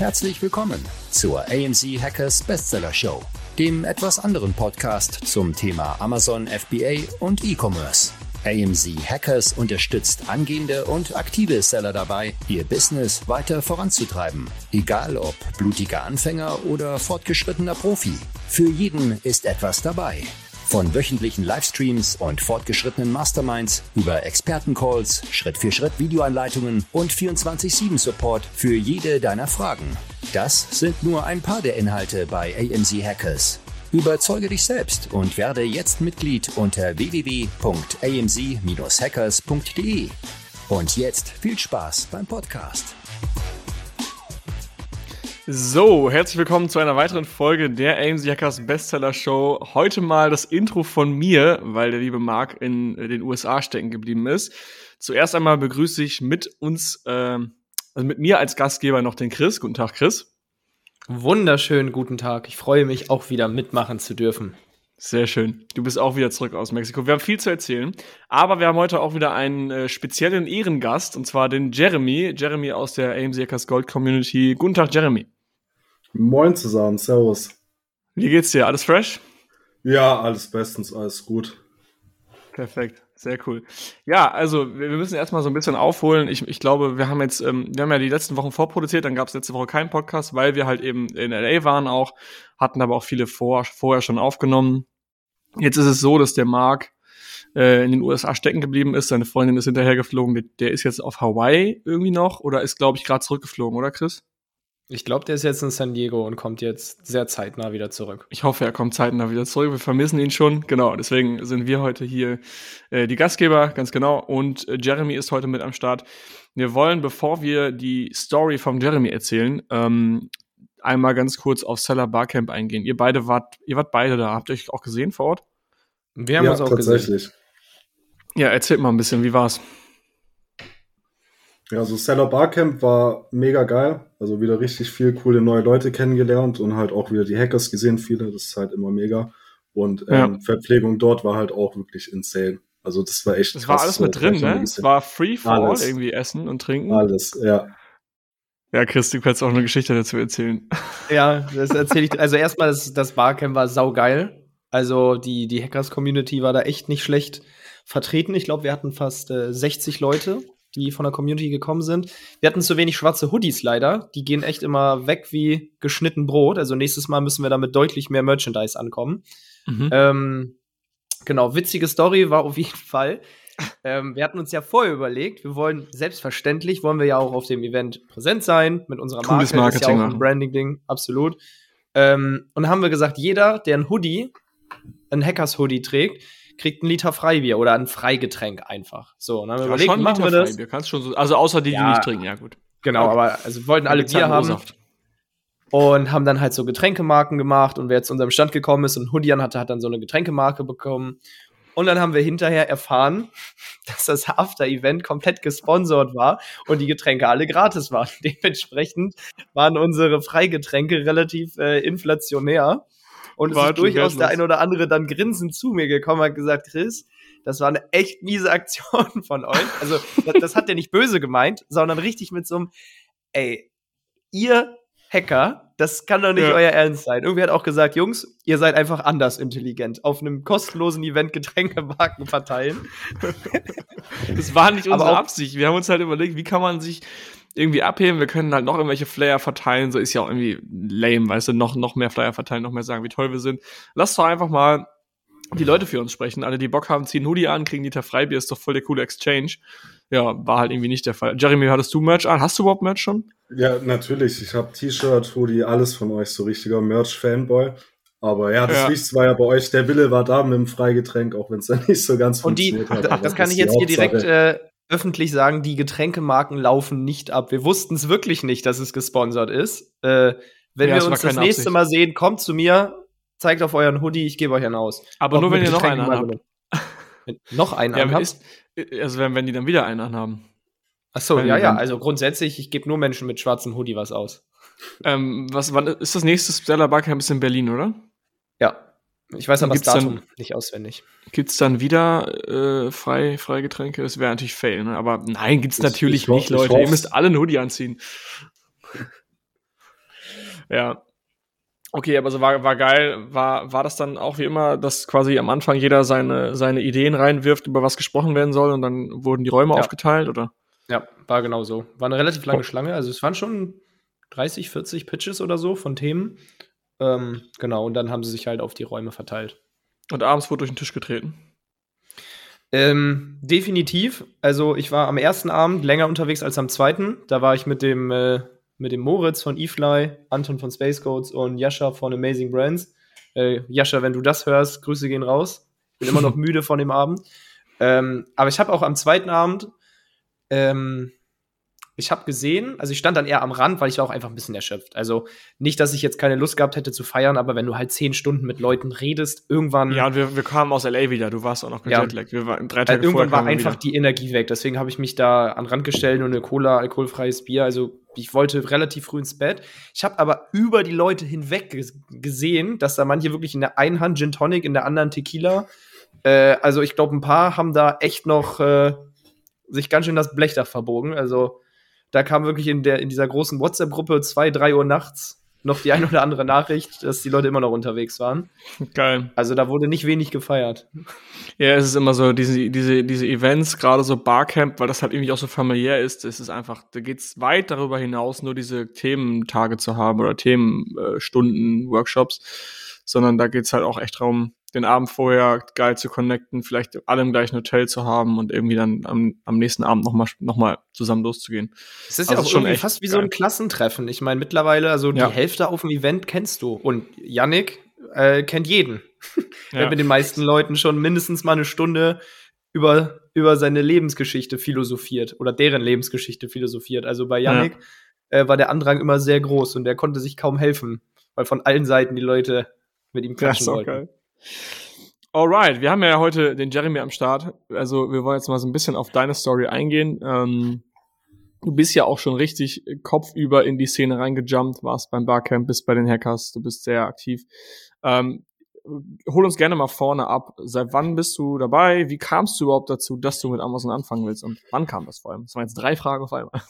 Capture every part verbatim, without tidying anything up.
Herzlich willkommen zur A M Z Hackers Bestseller Show, dem etwas anderen Podcast zum Thema Amazon F B A und E-Commerce. A M Z Hackers unterstützt angehende und aktive Seller dabei, ihr Business weiter voranzutreiben. Egal ob blutiger Anfänger oder fortgeschrittener Profi. Für jeden ist etwas dabei. Von wöchentlichen Livestreams und fortgeschrittenen Masterminds über Expertencalls, Schritt-für-Schritt-Videoanleitungen und vierundzwanzig sieben Support für jede deiner Fragen. Das sind nur ein paar der Inhalte bei A M Z Hackers. Überzeuge dich selbst und werde jetzt Mitglied unter w w w punkt a m z dash hackers punkt d e. Und jetzt viel Spaß beim Podcast. So, herzlich willkommen zu einer weiteren Folge der A M Z Hackers Bestseller Show. Heute mal das Intro von mir, weil der liebe Marc in den U S A stecken geblieben ist. Zuerst einmal begrüße ich mit uns, äh, also mit mir als Gastgeber noch den Chris. Guten Tag, Chris. Wunderschönen guten Tag. Ich freue mich auch wieder mitmachen zu dürfen. Sehr schön. Du bist auch wieder zurück aus Mexiko. Wir haben viel zu erzählen, aber wir haben heute auch wieder einen äh, speziellen Ehrengast, und zwar den Jeremy. Jeremy aus der A M Z Hackers Gold Community. Guten Tag, Jeremy. Moin zusammen, servus. Wie geht's dir? Alles fresh? Ja, alles bestens, alles gut. Perfekt, sehr cool. Ja, also wir müssen erstmal so ein bisschen aufholen. Ich, ich glaube, wir haben jetzt, ähm, wir haben ja die letzten Wochen vorproduziert, dann gab es letzte Woche keinen Podcast, weil wir halt eben in L A waren auch, hatten aber auch viele vor, vorher schon aufgenommen. Jetzt ist es so, dass der Marc äh, in den U S A stecken geblieben ist, seine Freundin ist hinterhergeflogen, der, der ist jetzt auf Hawaii irgendwie noch oder ist, glaube ich, gerade zurückgeflogen, oder Chris? Ich glaube, der ist jetzt in San Diego und kommt jetzt sehr zeitnah wieder zurück. Ich hoffe, er kommt zeitnah wieder zurück. Wir vermissen ihn schon. Genau, deswegen sind wir heute hier äh, die Gastgeber, ganz genau. Und äh, Jeremy ist heute mit am Start. Wir wollen, bevor wir die Story vom Jeremy erzählen, ähm, einmal ganz kurz auf Seller Barcamp eingehen. Ihr beide wart, ihr wart beide da. Habt ihr euch auch gesehen vor Ort? Wir haben ja, uns auch tatsächlich. gesehen. Ja, erzählt mal ein bisschen, wie war's? Ja, also Seller Barcamp war mega geil. Also wieder richtig viel coole neue Leute kennengelernt und halt auch wieder die Hackers gesehen, viele. Das ist halt immer mega. Und ähm, ja. Verpflegung dort war halt auch wirklich insane. Also das war echt Das krass. war alles mit drin, ne? Es war free for all, irgendwie Essen und Trinken. Alles, ja. Ja, Chris, du kannst auch eine Geschichte dazu erzählen. Ja, das erzähle ich. Also erstmal, das, das Barcamp war saugeil. Also die, die Hackers-Community war da echt nicht schlecht vertreten. Ich glaube, wir hatten fast äh, sechzig Leute, die von der Community gekommen sind. Wir hatten zu wenig schwarze Hoodies leider. Die gehen echt immer weg wie geschnitten Brot. Also nächstes Mal müssen wir damit deutlich mehr Merchandise ankommen. Mhm. Ähm, genau, witzige Story war auf jeden Fall. Ähm, wir hatten uns ja vorher überlegt, wir wollen, selbstverständlich wollen wir ja auch auf dem Event präsent sein, mit unserer Marke. Cooles Marketing. Das ist ja auch ein Branding-Ding, absolut. Ähm, und dann haben wir gesagt, jeder, der ein Hoodie, ein Hackers-Hoodie trägt, kriegt ein Liter Freibier oder ein Freigetränk einfach. So, und dann haben wir ja, überlegt, schon machen wir das. Freibier. Kannst schon so, also außer die, ja, die nicht trinken, ja gut. Genau, okay. Aber also wollten alle Bier haben. O-Saft. Und haben dann halt so Getränkemarken gemacht. Und wer jetzt zu unserem Stand gekommen ist und Hoodie an hatte, hat dann so eine Getränkemarke bekommen. Und dann haben wir hinterher erfahren, dass das After-Event komplett gesponsert war und die Getränke alle gratis waren. Dementsprechend waren unsere Freigetränke relativ äh, inflationär. Und es ist durchaus der ein oder andere dann grinsend zu mir gekommen und hat gesagt, Chris, das war eine echt miese Aktion von euch. Also das, das hat der nicht böse gemeint, sondern richtig mit so einem, ey, ihr Hacker, das kann doch nicht ja. euer Ernst sein. Irgendwie hat auch gesagt, Jungs, ihr seid einfach anders intelligent. Auf einem kostenlosen Event Getränkemarken verteilen. Das war nicht unsere Absicht. Wir haben uns halt überlegt, wie kann man sich irgendwie abheben, wir können halt noch irgendwelche Flyer verteilen, so ist ja auch irgendwie lame, weißt du, noch, noch mehr Flyer verteilen, noch mehr sagen, wie toll wir sind. Lass doch einfach mal die Leute für uns sprechen. Alle, die Bock haben, ziehen Hoodie an, kriegen Liter Freibier, ist doch voll der coole Exchange. Ja, war halt irgendwie nicht der Fall. Jeremy, hattest du Merch an? Hast du überhaupt Merch schon? Ja, natürlich. Ich habe T-Shirt, Hoodie, alles von euch, so richtiger Merch-Fanboy. Aber ja, das ja. Wichtigste war ja bei euch, der Wille war da mit dem Freigetränk, auch wenn es dann nicht so ganz und die, funktioniert hat. Das kann ich jetzt hier direkt äh, öffentlich sagen, die Getränkemarken laufen nicht ab. Wir wussten es wirklich nicht, dass es gesponsert ist. Äh, wenn ja, wir uns das nächste Absicht. Mal sehen, kommt zu mir, zeigt auf euren Hoodie, ich gebe euch einen aus. Aber auch nur, wenn ihr noch einen anhabt. Noch einen ja, anhabt? Ist, also wenn, wenn die dann wieder einen anhaben. Ach so, ja, ja, also grundsätzlich, ich gebe nur Menschen mit schwarzem Hoodie was aus. ähm, was, wann ist das nächste Seller Barcamp ist in Berlin, oder? Ja. Ich weiß aber das Datum dann, nicht auswendig. Gibt's dann wieder äh, frei, Freigetränke? Das wäre natürlich fail, ne? Aber nein, gibt's ich, natürlich ich hoff, nicht, Leute. Ihr müsst alle einen Hoodie anziehen. Ja. Okay, aber so war, war geil. War, war das dann auch wie immer, dass quasi am Anfang jeder seine, seine Ideen reinwirft, über was gesprochen werden soll und dann wurden die Räume ja. aufgeteilt, oder? Ja, war genau so. War eine relativ lange oh. Schlange. Also es waren schon dreißig, vierzig Pitches oder so von Themen. Ähm, genau, und dann haben sie sich halt auf die Räume verteilt. Und abends wurde durch den Tisch getreten? Ähm, definitiv. Also ich war am ersten Abend länger unterwegs als am zweiten. Da war ich mit dem äh, mit dem Moritz von eFly, Anton von Space Codes und Jascha von Amazing Brands. Äh, Jascha, wenn du das hörst, Grüße gehen raus. Bin immer noch müde von dem Abend. Ähm, aber ich habe auch am zweiten Abend ähm, ich habe gesehen, also ich stand dann eher am Rand, weil ich war auch einfach ein bisschen erschöpft. Also nicht, dass ich jetzt keine Lust gehabt hätte zu feiern, aber wenn du halt zehn Stunden mit Leuten redest, irgendwann... Ja, und wir, wir kamen aus L A wieder, du warst auch noch gejetlaggt. Ja. Wir waren drei Tage also irgendwann war einfach wieder. Die Energie weg, deswegen habe ich mich da an den Rand gestellt und eine Cola, alkoholfreies Bier, also ich wollte relativ früh ins Bett. Ich habe aber über die Leute hinweg g- gesehen, dass da manche wirklich in der einen Hand Gin Tonic, in der anderen Tequila, äh, also ich glaube, ein paar haben da echt noch äh, sich ganz schön das Blechdach verbogen, also da kam wirklich in, der, in dieser großen WhatsApp-Gruppe zwei, drei Uhr nachts noch die ein oder andere Nachricht, dass die Leute immer noch unterwegs waren. Geil. Also da wurde nicht wenig gefeiert. Ja, es ist immer so, diese, diese, diese Events, gerade so Barcamp, weil das halt irgendwie auch so familiär ist, es ist einfach, da geht's weit darüber hinaus, nur diese Thementage zu haben oder Themenstunden, Workshops, sondern da geht's halt auch echt darum, den Abend vorher geil zu connecten, vielleicht alle im gleichen Hotel zu haben und irgendwie dann am, am nächsten Abend nochmal noch mal zusammen loszugehen. Es ist also ja auch schon fast wie geil. So ein Klassentreffen. Ich meine, mittlerweile, also ja. die Hälfte auf dem Event kennst du. Und Yannick äh, kennt jeden. Er ja. hat mit den meisten Leuten schon mindestens mal eine Stunde über, über seine Lebensgeschichte philosophiert oder deren Lebensgeschichte philosophiert. Also bei Yannick ja. äh, war der Andrang immer sehr groß und er konnte sich kaum helfen, weil von allen Seiten die Leute mit ihm quatschen wollten. Geil. Alright, wir haben ja heute den Jeremy am Start. Also wir wollen jetzt mal so ein bisschen auf deine Story eingehen. Ähm, du bist ja auch schon richtig kopfüber in die Szene reingejumpt, warst beim Barcamp, bist bei den Hackers, du bist sehr aktiv. Ähm, hol uns gerne mal vorne ab. Seit wann bist du dabei? Wie kamst du überhaupt dazu, dass du mit Amazon anfangen willst? Und wann kam das vor allem? Das waren jetzt drei Fragen auf einmal.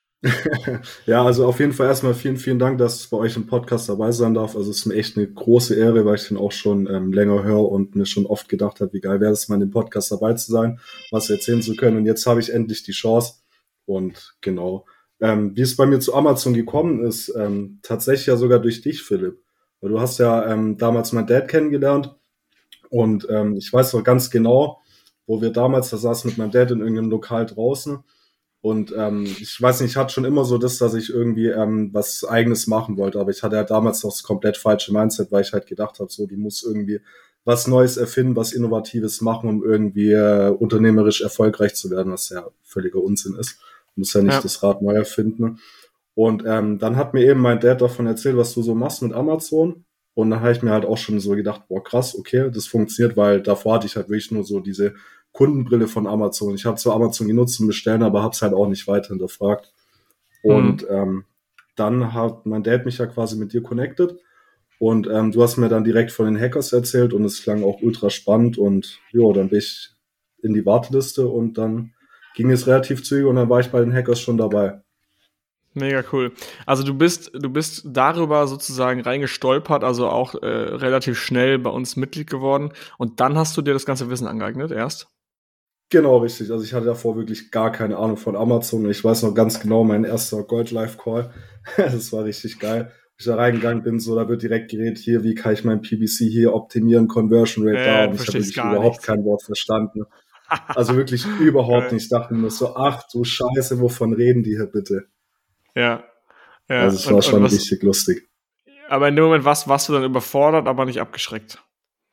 Ja, also auf jeden Fall erstmal vielen, vielen Dank, dass ich bei euch im Podcast dabei sein darf. Also es ist mir echt eine große Ehre, weil ich den auch schon ähm, länger höre und mir schon oft gedacht habe, wie geil wäre es mal in dem Podcast dabei zu sein, was erzählen zu können. Und jetzt habe ich endlich die Chance. Und genau, ähm, wie es bei mir zu Amazon gekommen ist, ähm, tatsächlich ja sogar durch dich, Philipp. Weil du hast ja ähm, damals meinen Dad kennengelernt und ähm, ich weiß noch ganz genau, wo wir damals, da saßen mit meinem Dad in irgendeinem Lokal draußen. Und ähm, ich weiß nicht, ich hatte schon immer so das, dass ich irgendwie ähm, was Eigenes machen wollte, aber ich hatte ja damals noch das komplett falsche Mindset, weil ich halt gedacht habe, so, die muss irgendwie was Neues erfinden, was Innovatives machen, um irgendwie äh, unternehmerisch erfolgreich zu werden, was ja völliger Unsinn ist. Man muss ja nicht ja. das Rad neu erfinden. Und ähm, dann hat mir eben mein Dad davon erzählt, was du so machst mit Amazon. Und dann habe ich mir halt auch schon so gedacht, boah krass, okay, das funktioniert, weil davor hatte ich halt wirklich nur so diese Kundenbrille von Amazon. Ich habe zwar Amazon genutzt zum Bestellen, aber habe es halt auch nicht weiter hinterfragt. Und mhm. ähm, dann hat mein Dad mich ja quasi mit dir connected und ähm, du hast mir dann direkt von den Hackers erzählt und es klang auch ultra spannend und ja, dann bin ich in die Warteliste und dann ging es relativ zügig und dann war ich bei den Hackers schon dabei. Mega cool. Also du bist du bist darüber sozusagen reingestolpert, also auch äh, relativ schnell bei uns Mitglied geworden und dann hast du dir das ganze Wissen angeeignet erst? Genau, richtig. Also ich hatte davor wirklich gar keine Ahnung von Amazon. Ich weiß noch ganz genau, mein erster Gold-Live-Call, das war richtig geil. Ich da reingegangen bin, so, da wird direkt geredet, hier, wie kann ich mein P B C hier optimieren, Conversion Rate äh, da, und ich habe wirklich überhaupt nichts. kein Wort verstanden. Also wirklich überhaupt nicht. Ich dachte mir so, ach du Scheiße, wovon reden die hier bitte? Ja. ja. Also es war und, schon und was, richtig lustig. Aber in dem Moment warst, warst du dann überfordert, aber nicht abgeschreckt.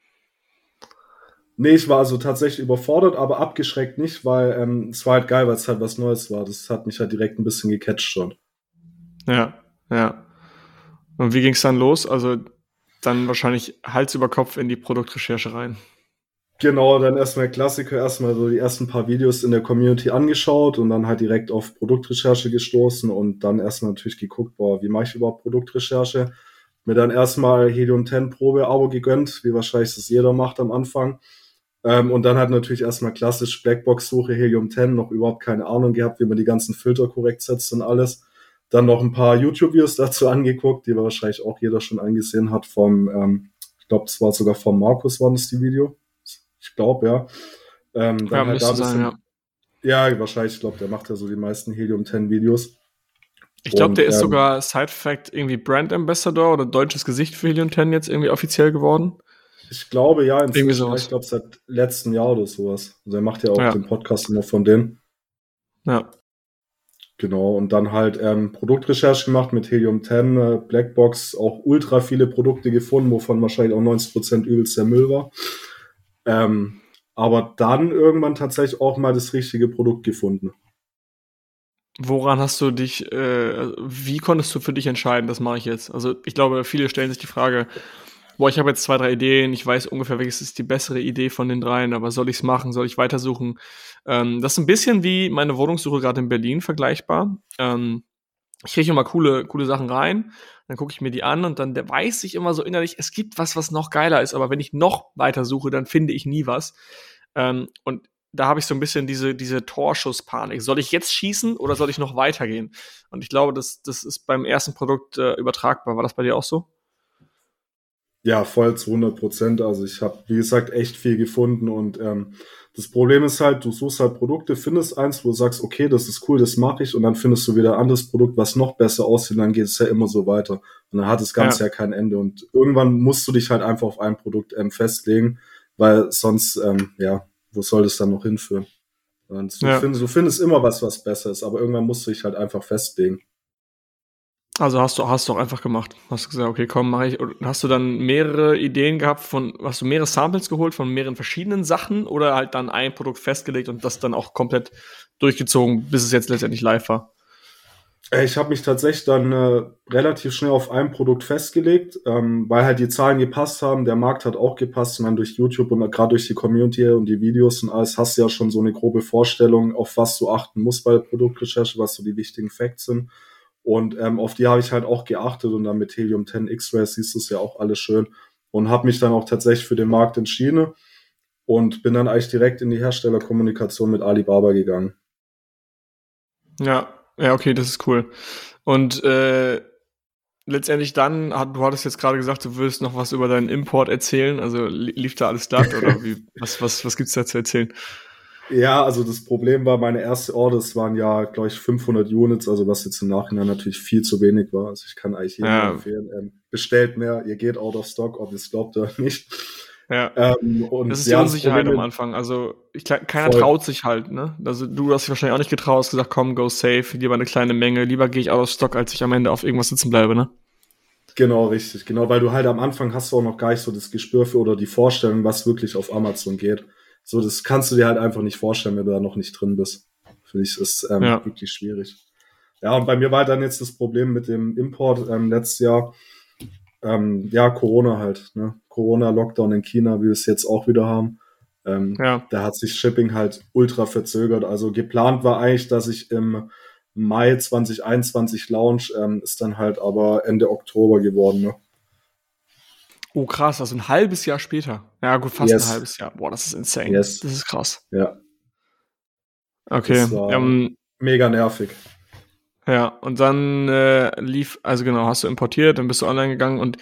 Nee, ich war also tatsächlich überfordert, aber abgeschreckt nicht, weil ähm, es war halt geil, weil es halt was Neues war. Das hat mich halt direkt ein bisschen gecatcht schon. Ja, ja. Und wie ging's dann los? Also dann wahrscheinlich Hals über Kopf in die Produktrecherche rein. Genau, dann erstmal Klassiker, erstmal so die ersten paar Videos in der Community angeschaut und dann halt direkt auf Produktrecherche gestoßen und dann erstmal natürlich geguckt, boah, wie mache ich überhaupt Produktrecherche? Mir dann erstmal Helium zehn Probe-Abo gegönnt, wie wahrscheinlich das jeder macht am Anfang. Ähm, und dann halt natürlich erstmal klassisch Blackbox-Suche, Helium zehn, noch überhaupt keine Ahnung gehabt, wie man die ganzen Filter korrekt setzt und alles. Dann noch ein paar YouTube-Videos dazu angeguckt, die wahrscheinlich auch jeder schon angesehen hat. Vom, ähm, ich glaube, es war sogar vom Markus, war das die Video. Ich glaube, ja. Ähm, dann ja, halt da ein bisschen, sein, ja. ja, wahrscheinlich, ich glaube, der macht ja so die meisten Helium zehn Videos. Ich glaube, der ist ähm, sogar, Side Fact, irgendwie Brand Ambassador oder deutsches Gesicht für Helium zehn jetzt irgendwie offiziell geworden. Ich glaube, ja, inzwischen, sowas. ich glaube, seit letztem Jahr oder sowas. Also er macht ja auch Ja. den Podcast immer von denen. Ja. Genau, und dann halt ähm, Produktrecherche gemacht mit Helium zehn, äh, Blackbox, auch ultra viele Produkte gefunden, wovon wahrscheinlich auch neunzig Prozent übelst der Müll war. Ähm, aber dann irgendwann tatsächlich auch mal das richtige Produkt gefunden. Woran hast du dich, äh, wie konntest du für dich entscheiden, das mache ich jetzt? Also ich glaube, viele stellen sich die Frage, boah, ich habe jetzt zwei, drei Ideen, ich weiß ungefähr, welches ist die bessere Idee von den dreien, aber soll ich es machen, soll ich weitersuchen? Ähm, das ist ein bisschen wie meine Wohnungssuche gerade in Berlin vergleichbar. Ähm, ich kriege immer coole, coole Sachen rein, dann gucke ich mir die an und dann der weiß ich immer so innerlich, es gibt was, was noch geiler ist, aber wenn ich noch weiter suche, dann finde ich nie was. Ähm, und da habe ich so ein bisschen diese, diese Torschusspanik. Soll ich jetzt schießen oder soll ich noch weitergehen? Und ich glaube, das, das ist beim ersten Produkt äh, übertragbar. War das bei dir auch so? Ja, voll zu hundert Prozent. Also ich habe, wie gesagt, echt viel gefunden und ähm, das Problem ist halt, du suchst halt Produkte, findest eins, wo du sagst, okay, das ist cool, das mache ich und dann findest du wieder ein anderes Produkt, was noch besser aussieht und dann geht es ja immer so weiter. Und dann hat das Ganze ja, ja kein Ende und irgendwann musst du dich halt einfach auf ein Produkt ähm, festlegen, weil sonst, ähm, ja, wo soll das dann noch hinführen? Und du, ja. findest, du findest immer was, was besser ist, aber irgendwann musst du dich halt einfach festlegen. Also hast du hast du auch einfach gemacht. Hast du gesagt, okay, komm, mache ich. Hast du dann mehrere Ideen gehabt von, hast du mehrere Samples geholt von mehreren verschiedenen Sachen oder halt dann ein Produkt festgelegt und das dann auch komplett durchgezogen, bis es jetzt letztendlich live war? Ich habe mich tatsächlich dann äh, relativ schnell auf ein Produkt festgelegt, ähm, weil halt die Zahlen gepasst haben, der Markt hat auch gepasst und dann durch YouTube und gerade durch die Community und die Videos und alles hast du ja schon so eine grobe Vorstellung, auf was du achten musst bei der Produktrecherche, was so die wichtigen Facts sind. Und ähm, auf die habe ich halt auch geachtet und dann mit Helium zehn X-Ray siehst du es ja auch alles schön und habe mich dann auch tatsächlich für den Markt entschieden und bin dann eigentlich direkt in die Herstellerkommunikation mit Alibaba gegangen. Ja, ja, okay, das ist cool. Und äh, letztendlich dann, du hattest jetzt gerade gesagt, du würdest noch was über deinen Import erzählen, also lief da alles glatt oder wie, was, was, was gibt's da zu erzählen? Ja, also das Problem war, meine erste Orders waren ja, glaube ich, fünfhundert Units, also was jetzt im Nachhinein natürlich viel zu wenig war. Also ich kann eigentlich jedem ja. empfehlen, ähm, bestellt mehr, ihr geht out of stock, ob ihr es glaubt oder nicht. Ja, ähm, und das ist die ja, Unsicherheit Problem, am Anfang. Also ich, keiner voll. traut sich halt, ne? Also du hast dich wahrscheinlich auch nicht getraut, hast gesagt, komm, go safe, lieber eine kleine Menge, lieber gehe ich out of stock, als ich am Ende auf irgendwas sitzen bleibe, ne? Genau, richtig, genau, weil du halt am Anfang hast du auch noch gar nicht so das Gespür für oder die Vorstellung, was wirklich auf Amazon geht. So, das kannst du dir halt einfach nicht vorstellen, wenn du da noch nicht drin bist. Für dich ist ähm, ja. wirklich schwierig. Ja, und bei mir war dann jetzt das Problem mit dem Import ähm, letztes Jahr, ähm, ja, Corona halt, ne? Corona, Lockdown in China, wie wir es jetzt auch wieder haben. Ähm, ja. Da hat sich Shipping halt ultra verzögert. Also geplant war eigentlich, dass ich im Mai zwanzig einundzwanzig launch, ähm, ist dann halt aber Ende Oktober geworden, ne? Oh, krass, also ein halbes Jahr später. Ja, gut, fast yes. ein halbes Jahr. Boah, das ist insane. Yes. Das ist krass. Ja. Okay. Das war ähm, mega nervig. Ja, und dann äh, lief, also genau, hast du importiert, dann bist du online gegangen und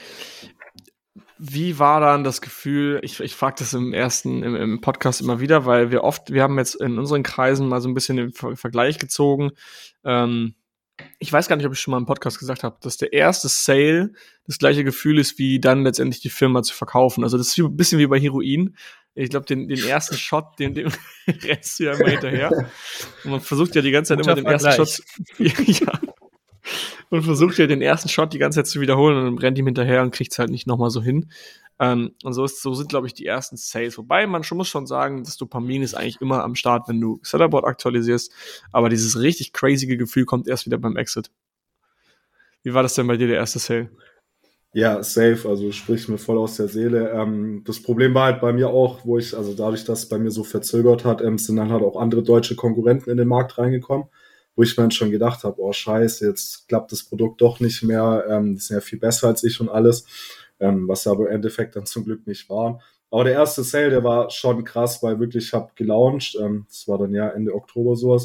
wie war dann das Gefühl, ich, ich frage das im ersten, im, im Podcast immer wieder, weil wir oft, wir haben jetzt in unseren Kreisen mal so ein bisschen den Ver- Vergleich gezogen, ähm, ich weiß gar nicht, ob ich schon mal im Podcast gesagt habe, dass der erste Sale das gleiche Gefühl ist, wie dann letztendlich die Firma zu verkaufen. Also das ist ein bisschen wie bei Heroin. Ich glaube, den, den ersten Shot, den, den rennst du ja immer hinterher. Und man versucht ja die ganze Zeit Guter immer den ersten Shot. Ja. Und versucht ja den ersten Shot die ganze Zeit zu wiederholen und dann rennt ihm hinterher und kriegt es halt nicht nochmal so hin. Ähm, und so, ist, so sind, glaube ich, die ersten Sales. Wobei man schon muss schon sagen, das Dopamin ist eigentlich immer am Start, wenn du Sellerboard aktualisierst. Aber dieses richtig crazy Gefühl kommt erst wieder beim Exit. Wie war das denn bei dir, der erste Sale? Ja, safe, also sprich mir voll aus der Seele. Ähm, das Problem war halt bei mir auch, wo ich, also dadurch, dass es bei mir so verzögert hat, ähm, sind dann halt auch andere deutsche Konkurrenten in den Markt reingekommen, wo ich mir dann schon gedacht habe, oh scheiße, jetzt klappt das Produkt doch nicht mehr, ähm, die sind ja viel besser als ich und alles, ähm, was aber im Endeffekt dann zum Glück nicht war. Aber der erste Sale, der war schon krass, weil wirklich, ich habe gelauncht, ähm, das war dann ja Ende Oktober sowas,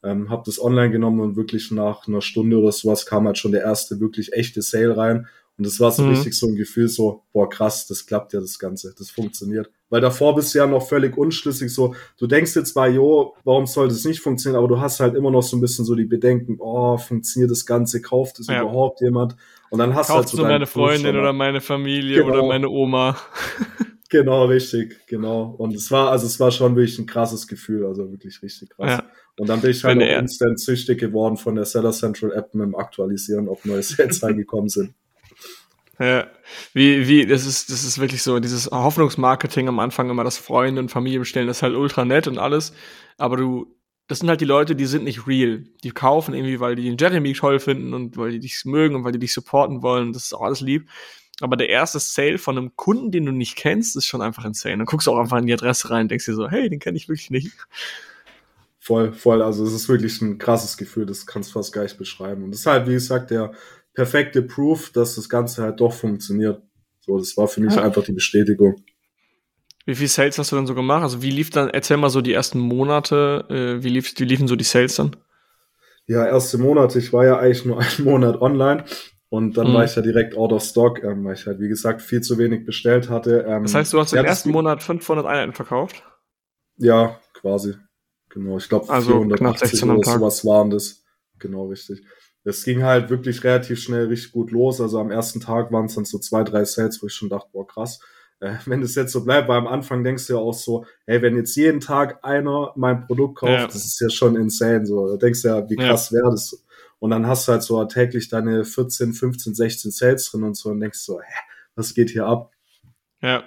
Ähm, hab das online genommen und wirklich nach einer Stunde oder sowas kam halt schon der erste wirklich echte Sale rein. Und das war so mhm. richtig so ein Gefühl so, boah krass, das klappt ja das Ganze, das funktioniert. Weil davor bist du ja noch völlig unschlüssig so, du denkst jetzt mal, jo, warum soll das nicht funktionieren, aber du hast halt immer noch so ein bisschen so die Bedenken, oh, funktioniert das Ganze, kauft es ja. überhaupt jemand? Und dann hast du halt so deine meine Freundin oder meine Familie genau. oder meine Oma. Genau, richtig, genau. Und es war, also es war schon wirklich ein krasses Gefühl, also wirklich richtig krass. Ja. Und dann bin ich halt auch instant süchtig geworden von der Seller Central App mit dem Aktualisieren, ob neue Sales reingekommen sind. Ja, wie, wie, das ist, das ist wirklich so, dieses Hoffnungsmarketing am Anfang immer, das Freunde und Familie bestellen, das ist halt ultra nett und alles, aber du, das sind halt die Leute, die sind nicht real. Die kaufen irgendwie, weil die den Jeremy toll finden und weil die dich mögen und weil die dich supporten wollen, das ist auch alles lieb. Aber der erste Sale von einem Kunden, den du nicht kennst, ist schon einfach insane. Dann guckst du auch einfach in die Adresse rein und denkst dir so, hey, den kenne ich wirklich nicht. Voll, voll, also es ist wirklich ein krasses Gefühl, das kannst du fast gar nicht beschreiben. Und das ist halt, wie gesagt, der perfekte Proof, dass das Ganze halt doch funktioniert. So, das war für mich ja. einfach die Bestätigung. Wie viel Sales hast du dann so gemacht? Also wie lief dann, erzähl mal so die ersten Monate, äh, wie, lief, wie liefen so die Sales dann? Ja, erste Monate, ich war ja eigentlich nur einen Monat online und dann mhm. war ich ja direkt out of stock, ähm, weil ich halt, wie gesagt, viel zu wenig bestellt hatte. Ähm, das heißt, du hast im ersten die, Monat fünfhundert Einheiten verkauft? Ja, quasi. Genau, ich glaube also vierhundertachtzig oder sowas waren das. Genau, richtig. Es ging halt wirklich relativ schnell richtig gut los. Also am ersten Tag waren es dann so zwei, drei Sales, wo ich schon dachte, boah, krass. Äh, wenn das jetzt so bleibt, weil am Anfang denkst du ja auch so, hey, wenn jetzt jeden Tag einer mein Produkt kauft, ja. das ist ja schon insane. So, da denkst du ja, wie krass ja. wäre das? Und dann hast du halt so täglich deine vierzehn, fünfzehn, sechzehn Sales drin und so und denkst so, hä, was geht hier ab? Ja.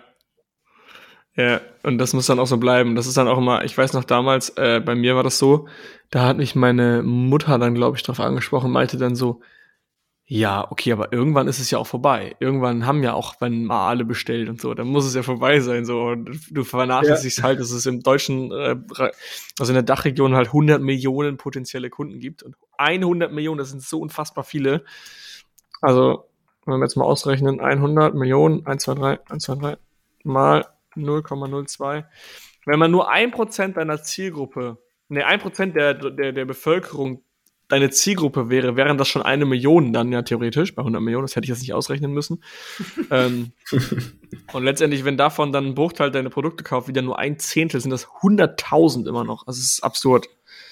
Ja, und das muss dann auch so bleiben. Das ist dann auch immer, ich weiß noch damals, äh, bei mir war das so, da hat mich meine Mutter dann, glaube ich, drauf angesprochen, meinte dann so, ja, okay, aber irgendwann ist es ja auch vorbei. Irgendwann haben ja auch, wenn mal alle bestellt und so, dann muss es ja vorbei sein. So, und du vernachlässigst ja. halt, dass es im deutschen, äh, also in der Dachregion halt hundert Millionen potenzielle Kunden gibt. Und hundert Millionen, das sind so unfassbar viele. Also, wenn wir jetzt mal ausrechnen, hundert Millionen, eins, zwei, drei, eins, zwei, drei, mal null Komma null zwei. Wenn man nur ein Prozent deiner Zielgruppe, ne, ein Prozent der, der, der Bevölkerung deine Zielgruppe wäre, wären das schon eine Million dann ja theoretisch, bei hundert Millionen, das hätte ich jetzt nicht ausrechnen müssen. ähm, und letztendlich, wenn davon dann ein Bruchteil deine Produkte kauft, wieder nur ein Zehntel, sind das hunderttausend immer noch. Also es ist absurd.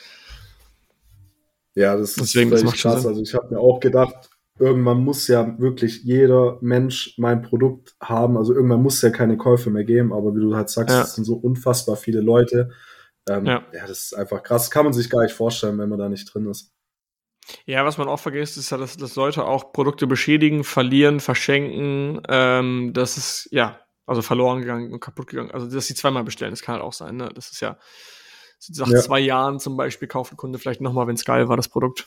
Ja, das ist Deswegen, völlig das krass. Also ich habe mir auch gedacht, irgendwann muss ja wirklich jeder Mensch mein Produkt haben. Also irgendwann muss ja keine Käufe mehr geben. Aber wie du halt sagst, ja. es sind so unfassbar viele Leute. Ähm, ja. ja, das ist einfach krass. Kann man sich gar nicht vorstellen, wenn man da nicht drin ist. Ja, was man auch vergisst, ist ja, dass, dass Leute auch Produkte beschädigen, verlieren, verschenken. Ähm, das ist, ja, also verloren gegangen und kaputt gegangen. Also, dass sie zweimal bestellen, das kann halt auch sein. Ne? Das ist ja, nach ja. zwei Jahren zum Beispiel kauft ein Kunde vielleicht nochmal, wenn es geil war, das Produkt.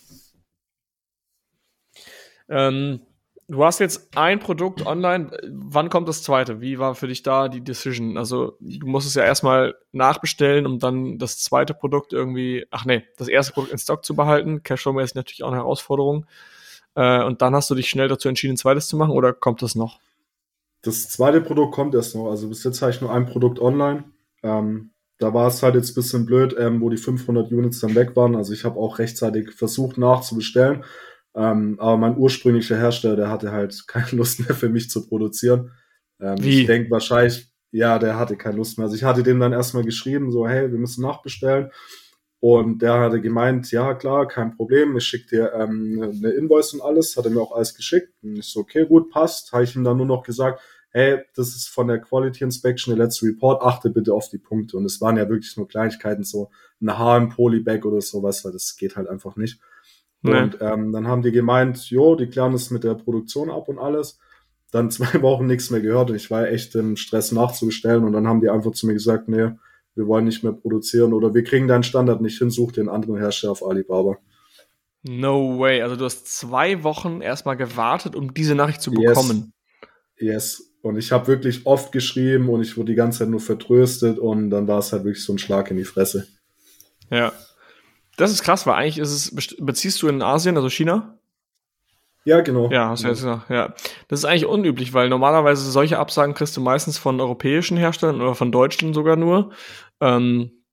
Ähm, du hast jetzt ein Produkt online. Wann kommt das zweite? Wie war für dich da die Decision? Also, du musst es ja erstmal nachbestellen, um dann das zweite Produkt irgendwie, ach nee, das erste Produkt in Stock zu behalten. Cashflow ist natürlich auch eine Herausforderung. Äh, und dann hast du dich schnell dazu entschieden, ein zweites zu machen, oder kommt das noch? Das zweite Produkt kommt erst noch. Also, bis jetzt habe ich nur ein Produkt online. Ähm, da war es halt jetzt ein bisschen blöd, ähm, wo die fünfhundert Units dann weg waren. Also, ich habe auch rechtzeitig versucht nachzubestellen. Ähm, aber mein ursprünglicher Hersteller, der hatte halt keine Lust mehr für mich zu produzieren. Ähm, Wie? Ich denke wahrscheinlich, ja, der hatte keine Lust mehr. Also ich hatte dem dann erstmal geschrieben, so, hey, wir müssen nachbestellen. Und der hatte gemeint, ja, klar, kein Problem, ich schicke dir ähm, eine Invoice und alles, hat er mir auch alles geschickt. Und ich so, okay, gut, passt. Habe ich ihm dann nur noch gesagt, hey, das ist von der Quality Inspection, der letzte Report, achte bitte auf die Punkte. Und es waren ja wirklich nur Kleinigkeiten, so ein Haar im Polybag oder sowas, weil das geht halt einfach nicht. Nee. Und ähm, dann haben die gemeint, jo, die klären es mit der Produktion ab und alles. Dann zwei Wochen nichts mehr gehört und ich war echt im Stress nachzubestellen und dann haben die einfach zu mir gesagt, nee, wir wollen nicht mehr produzieren oder wir kriegen deinen Standard nicht hin, such den anderen Hersteller auf Alibaba. No way, also du hast zwei Wochen erstmal gewartet, um diese Nachricht zu bekommen. Yes, yes. Und ich habe wirklich oft geschrieben und ich wurde die ganze Zeit nur vertröstet und dann war es halt wirklich so ein Schlag in die Fresse. Ja. Das ist krass, weil eigentlich ist es, beziehst du in Asien, also China? Ja, genau. Ja, hast du jetzt gesagt, ja. Das ist eigentlich unüblich, weil normalerweise solche Absagen kriegst du meistens von europäischen Herstellern oder von deutschen sogar nur. Ähm,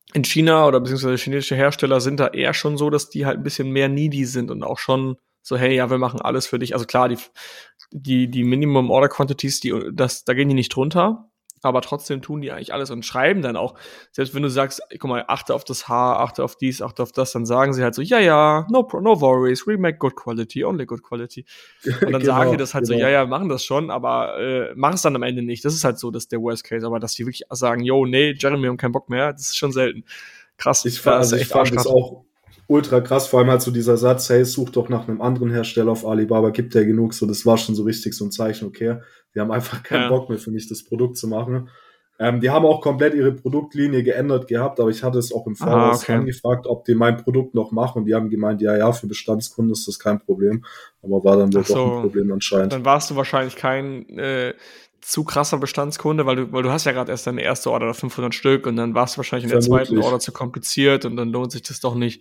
in China oder beziehungsweise chinesische Hersteller sind da eher schon so, dass die halt ein bisschen mehr needy sind und auch schon so, hey, ja, wir machen alles für dich. Also klar, die, die, die Minimum Order Quantities, die, das, da gehen die nicht drunter, aber trotzdem tun die eigentlich alles und schreiben dann auch, selbst wenn du sagst, guck mal, achte auf das Haar, achte auf dies, achte auf das, dann sagen sie halt so, ja, ja, no, no worries, we make good quality, only good quality. Und dann genau, sagen die das halt genau. so, ja, ja, machen das schon, aber äh, machen es dann am Ende nicht. Das ist halt so, das ist der Worst Case, aber dass die wirklich sagen, yo, nee, Jeremy, wir haben keinen Bock mehr, das ist schon selten. Krass. Ich fand, also ich fand das auch ultra krass, vor allem halt so dieser Satz, hey, such doch nach einem anderen Hersteller auf Alibaba, gibt ja genug, so, das war schon so richtig so ein Zeichen, okay, die haben einfach keinen ja. Bock mehr für mich, das Produkt zu machen. Ähm, die haben auch komplett ihre Produktlinie geändert gehabt, aber ich hatte es auch im Voraus ah, okay. angefragt, ob die mein Produkt noch machen und die haben gemeint, ja, ja, für Bestandskunden ist das kein Problem, aber war dann wohl so, doch ein Problem anscheinend. Dann warst du wahrscheinlich kein äh, zu krasser Bestandskunde, weil du, weil du hast ja gerade erst deine erste Order, fünfhundert Stück und dann warst du wahrscheinlich in der Vermutlich. zweiten Order zu kompliziert und dann lohnt sich das doch nicht.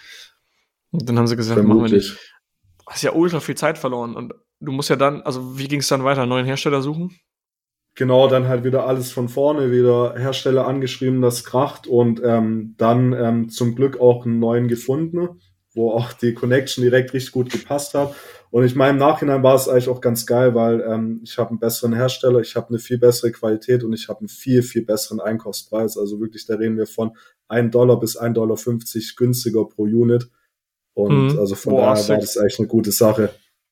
Und dann haben sie gesagt, Vermutlich. machen wir nicht. Du hast ja ultra viel Zeit verloren und du musst ja dann, also wie ging es dann weiter, einen neuen Hersteller suchen? Genau, dann halt wieder alles von vorne, wieder Hersteller angeschrieben, das kracht und ähm, dann ähm, zum Glück auch einen neuen gefunden, wo auch die Connection direkt richtig gut gepasst hat. Und ich meine, im Nachhinein war es eigentlich auch ganz geil, weil ähm, ich habe einen besseren Hersteller, ich habe eine viel bessere Qualität und ich habe einen viel, viel besseren Einkaufspreis. Also wirklich, da reden wir von ein Dollar bis ein Dollar fünfzig günstiger pro Unit. Und mhm. also von Boah, daher war das eigentlich eine gute Sache.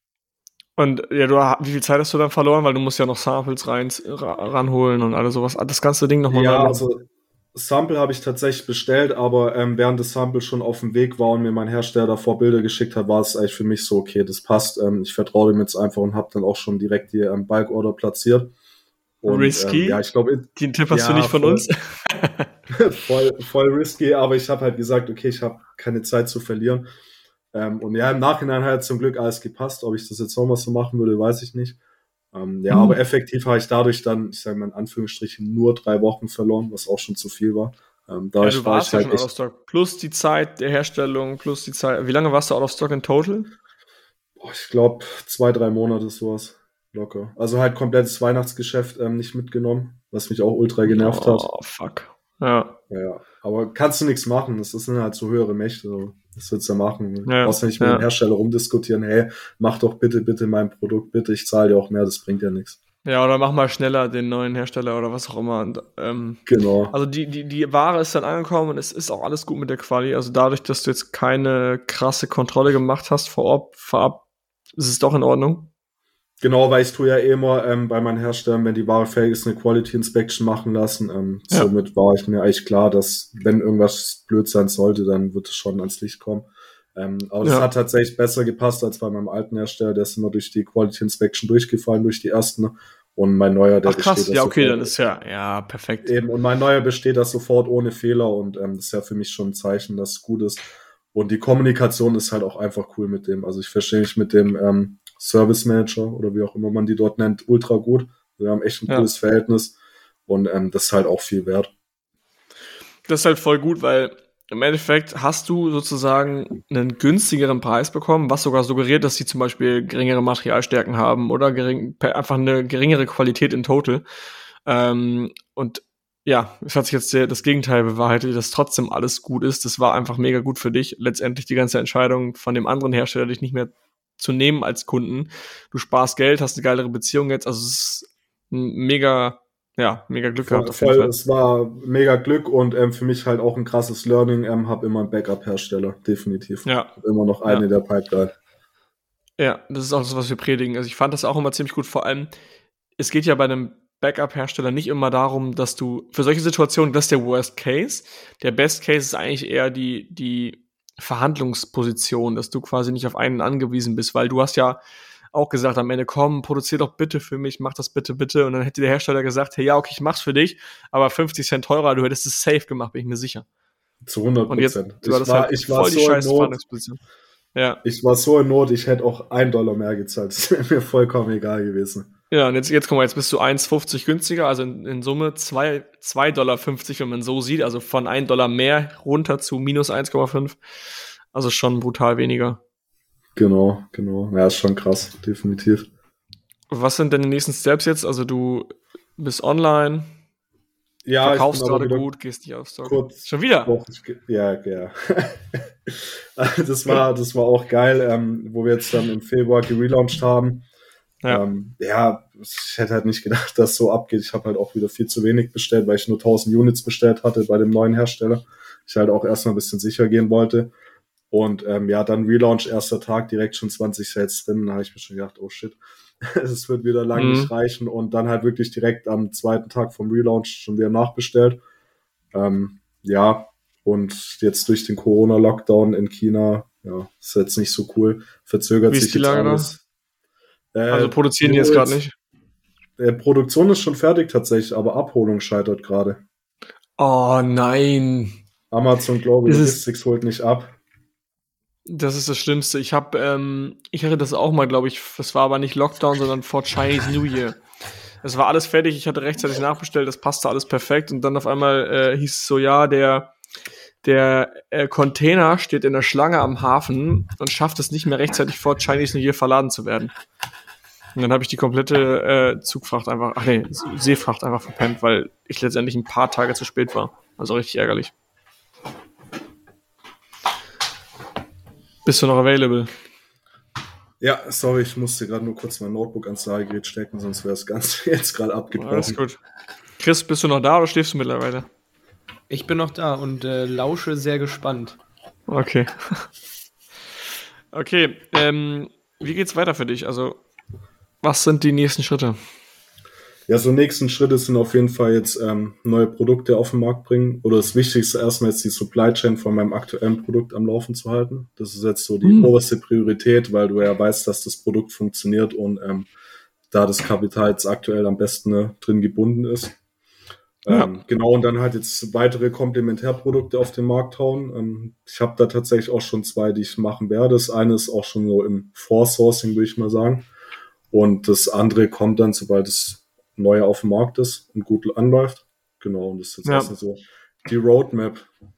Und ja, du, wie viel Zeit hast du dann verloren? Weil du musst ja noch Samples rein, ranholen und alles sowas. Das ganze Ding nochmal Ja, also Sample habe ich tatsächlich bestellt, aber ähm, während das Sample schon auf dem Weg war und mir mein Hersteller davor Bilder geschickt hat, war es eigentlich für mich so, okay, das passt. Ähm, ich vertraue dem jetzt einfach und habe dann auch schon direkt die ähm, Bulk-Order platziert. Und, risky? Ähm, ja, ich glaube, den Tipp hast ja, du nicht von voll, uns? voll, voll risky, aber ich habe halt gesagt, okay, ich habe keine Zeit zu verlieren. Ähm, und ja, im Nachhinein hat zum Glück alles gepasst. Ob ich das jetzt nochmal so machen würde, weiß ich nicht. Ähm, ja, mhm. aber effektiv habe ich dadurch dann, ich sage mal in Anführungsstrichen, nur drei Wochen verloren, was auch schon zu viel war. Ähm, ja, du warst ja halt schon out of stock. Plus die Zeit der Herstellung, plus die Zeit. Wie lange warst du out of stock in total? Boah, ich glaube, zwei, drei Monate sowas. Locker. Also halt komplettes Weihnachtsgeschäft ähm, nicht mitgenommen, was mich auch ultra genervt oh, hat. Oh, fuck. Ja. Ja, aber kannst du nichts machen. Das sind halt so höhere Mächte. So. Das willst du ja machen. Du ja, brauchst ja nicht mit ja. dem Hersteller rumdiskutieren. Hey, mach doch bitte, bitte mein Produkt. Bitte, ich zahle dir auch mehr. Das bringt ja nichts. Ja, oder mach mal schneller den neuen Hersteller oder was auch immer. Und, ähm, genau. Also die, die, die Ware ist dann angekommen und es ist auch alles gut mit der Quali. Also dadurch, dass du jetzt keine krasse Kontrolle gemacht hast vorab, vorab ist es doch in Ordnung. Genau, weil ich tue ja eh immer ähm, bei meinen Herstellern, wenn die Ware fähig ist, eine Quality Inspection machen lassen. Ähm, ja. Somit war ich mir eigentlich klar, dass wenn irgendwas blöd sein sollte, dann wird es schon ans Licht kommen. Ähm, aber das ja. hat tatsächlich besser gepasst als bei meinem alten Hersteller. Der ist immer durch die Quality Inspection durchgefallen, durch die ersten. Und mein neuer, der Ach, krass. besteht ja, okay, dann ist ja, ja, perfekt. Eben, und mein neuer besteht das sofort ohne Fehler und ähm, das ist ja für mich schon ein Zeichen, dass es gut ist. Und die Kommunikation ist halt auch einfach cool mit dem. Also ich verstehe mich mit dem ähm, Service Manager oder wie auch immer man die dort nennt, ultra gut. Wir haben echt ein ja. cooles Verhältnis und ähm, das ist halt auch viel wert. Das ist halt voll gut, weil im Endeffekt hast du sozusagen einen günstigeren Preis bekommen, was sogar suggeriert, dass sie zum Beispiel geringere Materialstärken haben oder gering, einfach eine geringere Qualität in total. Ähm, und ja, es hat sich jetzt sehr das Gegenteil bewahrheitet, dass trotzdem alles gut ist. Das war einfach mega gut für dich. Letztendlich die ganze Entscheidung von dem anderen Hersteller, dich nicht mehr zu nehmen als Kunden. Du sparst Geld, hast eine geilere Beziehung jetzt. Also es ist ein mega, ja, mega Glück voll, gehabt auf jeden voll, Fall. Es war mega Glück und ähm, für mich halt auch ein krasses Learning. Ähm, hab immer einen Backup-Hersteller, definitiv. Ja. Hab immer noch einen ja. in der Pipeline. Ja, das ist auch das, was wir predigen. Also ich fand das auch immer ziemlich gut. Vor allem, es geht ja bei einem Backup-Hersteller nicht immer darum, dass du, für solche Situationen, das ist der Worst Case. Der Best Case ist eigentlich eher die, die Verhandlungsposition, dass du quasi nicht auf einen angewiesen bist, weil du hast ja auch gesagt am Ende, komm, produzier doch bitte für mich, mach das bitte, bitte. Und dann hätte der Hersteller gesagt, hey, ja, okay, ich mach's für dich, aber fünfzig Cent teurer, du hättest es safe gemacht, bin ich mir sicher. Zu hundert Prozent. Und jetzt war das halt ich war voll die scheiß Verhandlungsposition. Ja. Ich war so in Not, ich hätte auch ein Dollar mehr gezahlt. Das wäre mir vollkommen egal gewesen. Ja, und jetzt, jetzt guck mal, jetzt bist du eins fünfzig günstiger, also in, in Summe zwei Dollar fünfzig, wenn man so sieht, also von ein Dollar mehr runter zu minus eins Komma fünf. Also schon brutal weniger. Genau, genau. Ja, ist schon krass, definitiv. Was sind denn die nächsten Steps jetzt? Also du bist online, Ja, verkaufst gerade gut, gehst nicht aufs kurz. Schon wieder? Doch, ich, ja, ja. das war, das war auch geil, ähm, wo wir jetzt dann im Februar gelauncht haben. Ja. Ähm, ja, ich hätte halt nicht gedacht, dass es so abgeht. Ich habe halt auch wieder viel zu wenig bestellt, weil ich nur tausend Units bestellt hatte bei dem neuen Hersteller. Ich halt auch erstmal ein bisschen sicher gehen wollte. Und ähm, ja, dann Relaunch, erster Tag, direkt schon zwanzig Sales drin. Da habe ich mir schon gedacht, oh shit, es wird wieder lang mhm. nicht reichen. Und dann halt wirklich direkt am zweiten Tag vom Relaunch schon wieder nachbestellt. Ähm, ja, und jetzt durch den Corona-Lockdown in China, ja, ist jetzt nicht so cool. Verzögert Wie sich ist die jetzt Lage alles. Äh, also produzieren die jetzt gerade nicht? Äh, Produktion ist schon fertig tatsächlich, aber Abholung scheitert gerade. Oh nein. Amazon Global Logistics holt nicht ab. Das ist das Schlimmste. Ich habe, ähm, ich hatte das auch mal, glaube ich, das war aber nicht Lockdown, sondern vor Chinese New Year. Es war alles fertig, ich hatte rechtzeitig nachbestellt, das passte alles perfekt und dann auf einmal äh, hieß es so, ja, der der äh, Container steht in der Schlange am Hafen und schafft es nicht mehr rechtzeitig vor Chinese New Year verladen zu werden. Und dann habe ich die komplette äh, Zugfracht einfach, ach nee, Seefracht einfach verpennt, weil ich letztendlich ein paar Tage zu spät war. Also richtig ärgerlich. Bist du noch available? Ja, sorry, ich musste gerade nur kurz mein Notebook ans Ladegerät stecken, sonst wäre das Ganze jetzt gerade abgebrochen. Alles gut. Chris, bist du noch da oder schläfst du mittlerweile? Ich bin noch da und äh, lausche sehr gespannt. Okay. Okay, ähm, wie geht's weiter für dich? Also, was sind die nächsten Schritte? Ja, so nächsten Schritte sind auf jeden Fall jetzt ähm, neue Produkte auf den Markt bringen. Oder das Wichtigste erstmal jetzt die Supply Chain von meinem aktuellen Produkt am Laufen zu halten. Das ist jetzt so die mhm. oberste Priorität, weil du ja weißt, dass das Produkt funktioniert und ähm, da das Kapital jetzt aktuell am besten ne, drin gebunden ist. Ja. Ähm, genau, und dann halt jetzt weitere Komplementärprodukte auf den Markt hauen. Ähm, ich habe da tatsächlich auch schon zwei, die ich machen werde. Das eine ist auch schon so im Vorsourcing, würde ich mal sagen. Und das andere kommt dann, sobald es neu auf dem Markt ist und gut anläuft. Genau, und das ist jetzt ja. erstmal so die Roadmap.